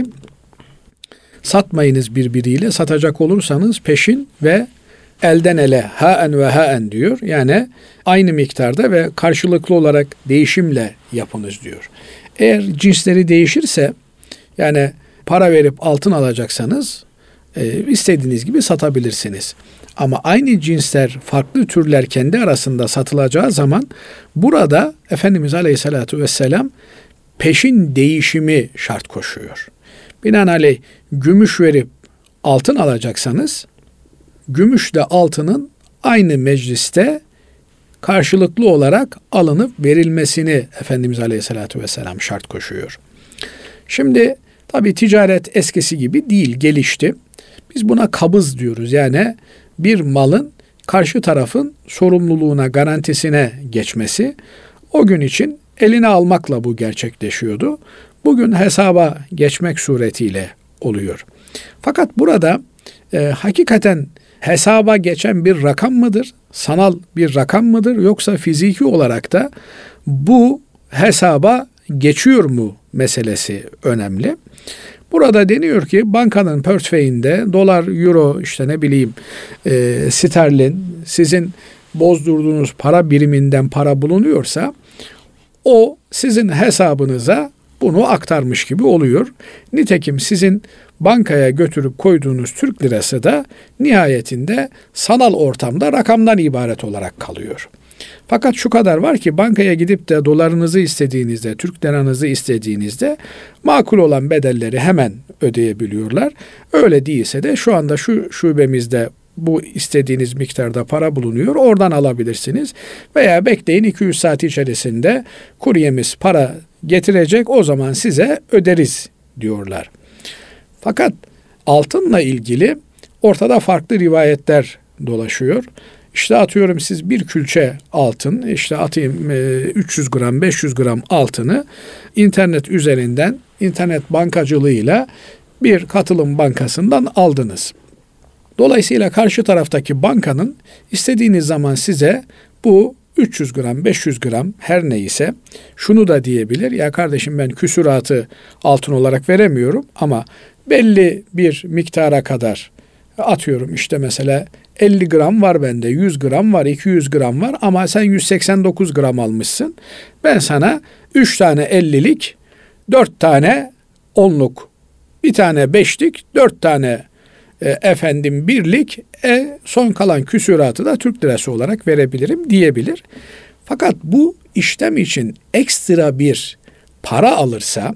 satmayınız birbiriyle, satacak olursanız peşin ve elden ele, haen ve haen diyor. Yani aynı miktarda ve karşılıklı olarak değişimle yapınız diyor. Eğer cinsleri değişirse, yani para verip altın alacaksanız e, istediğiniz gibi satabilirsiniz. Ama aynı cinsler, farklı türler kendi arasında satılacağı zaman burada Efendimiz Aleyhisselatü Vesselam peşin değişimi şart koşuyor. Binaenaleyh gümüş verip altın alacaksanız, gümüşle altının aynı mecliste karşılıklı olarak alınıp verilmesini Efendimiz Aleyhisselatü Vesselam şart koşuyor. Şimdi tabii ticaret eskisi gibi değil, gelişti. Biz buna kabız diyoruz. Yani bir malın karşı tarafın sorumluluğuna, garantisine geçmesi, o gün için eline almakla bu gerçekleşiyordu. Bugün hesaba geçmek suretiyle oluyor. Fakat burada e, hakikaten hesaba geçen bir rakam mıdır? Sanal bir rakam mıdır? Yoksa fiziki olarak da bu hesaba geçiyor mu meselesi önemli. Burada deniyor ki bankanın portföyünde dolar, euro, işte ne bileyim e, sterlin, sizin bozdurduğunuz para biriminden para bulunuyorsa o sizin hesabınıza bunu aktarmış gibi oluyor. Nitekim sizin bankaya götürüp koyduğunuz Türk lirası da nihayetinde sanal ortamda rakamdan ibaret olarak kalıyor. Fakat şu kadar var ki bankaya gidip de dolarınızı istediğinizde, Türk liranızı istediğinizde makul olan bedelleri hemen ödeyebiliyorlar. Öyle değilse de şu anda şu şubemizde bu istediğiniz miktarda para bulunuyor. Oradan alabilirsiniz. Veya bekleyin iki üç saat içerisinde kuryemiz para getirecek. O zaman size öderiz diyorlar. Fakat altınla ilgili ortada farklı rivayetler dolaşıyor. İşte atıyorum siz bir külçe altın, işte atayım üç yüz gram, beş yüz gram altını internet üzerinden, internet bankacılığıyla bir katılım bankasından aldınız. Dolayısıyla karşı taraftaki bankanın istediğiniz zaman size bu üç yüz gram, beş yüz gram her neyse şunu da diyebilir. Ya kardeşim ben küsuratı altın olarak veremiyorum ama belli bir miktara kadar atıyorum işte mesela elli gram var bende, yüz gram var, iki yüz gram var ama sen yüz seksen dokuz gram almışsın. Ben sana üç tane ellilik, dört tane onluk, bir tane beşlik, dört tane e, efendim birlik, e, son kalan küsuratı da Türk lirası olarak verebilirim diyebilir. Fakat bu işlem için ekstra bir para alırsa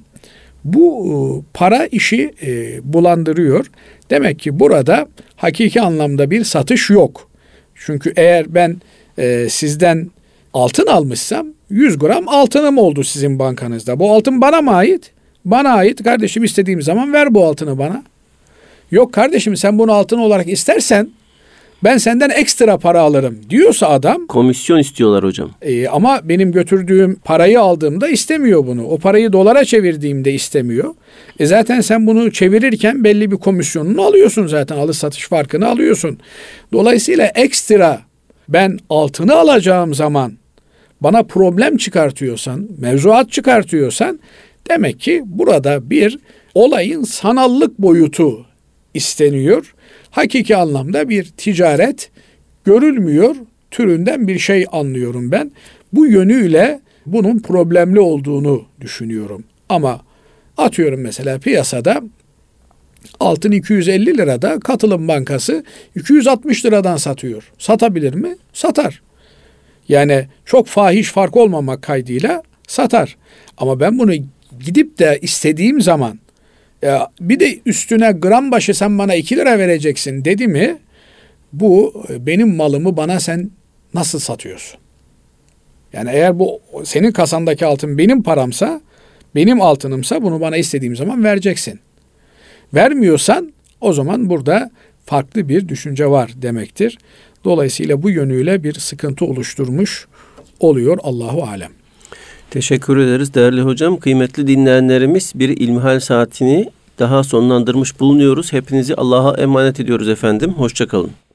bu para işi e, bulandırıyor. Demek ki burada hakiki anlamda bir satış yok. Çünkü eğer ben e, sizden altın almışsam yüz gram altınım oldu sizin bankanızda. Bu altın bana mı ait? Bana ait. Kardeşim istediğim zaman ver bu altını bana. Yok kardeşim sen bunu altın olarak istersen ben senden ekstra para alırım diyorsa adam. Komisyon istiyorlar hocam. E, ama benim götürdüğüm parayı aldığımda istemiyor bunu. O parayı dolara çevirdiğimde istemiyor. E zaten sen bunu çevirirken belli bir komisyonunu alıyorsun zaten. Alış satış farkını alıyorsun. Dolayısıyla ekstra ben altını alacağım zaman bana problem çıkartıyorsan, mevzuat çıkartıyorsan demek ki burada bir olayın sanallık boyutu isteniyor. Hakiki anlamda bir ticaret görülmüyor türünden bir şey anlıyorum ben. Bu yönüyle bunun problemli olduğunu düşünüyorum. Ama atıyorum mesela piyasada altın iki yüz elli lirada, Katılım Bankası iki yüz altmış liradan satıyor. Satabilir mi? Satar. Yani çok fahiş fark olmamak kaydıyla satar. Ama ben bunu gidip de istediğim zaman ya bir de üstüne gram başı sen bana iki lira vereceksin dedi mi, bu benim malımı bana sen nasıl satıyorsun? Yani eğer bu senin kasandaki altın benim paramsa, benim altınımsa bunu bana istediğim zaman vereceksin. Vermiyorsan o zaman burada farklı bir düşünce var demektir. Dolayısıyla bu yönüyle bir sıkıntı oluşturmuş oluyor. Allahu alem. Teşekkür ederiz değerli hocam. Kıymetli dinleyenlerimiz, bir İlmihal Saatini daha sonlandırmış bulunuyoruz. Hepinizi Allah'a emanet ediyoruz efendim. Hoşça kalın.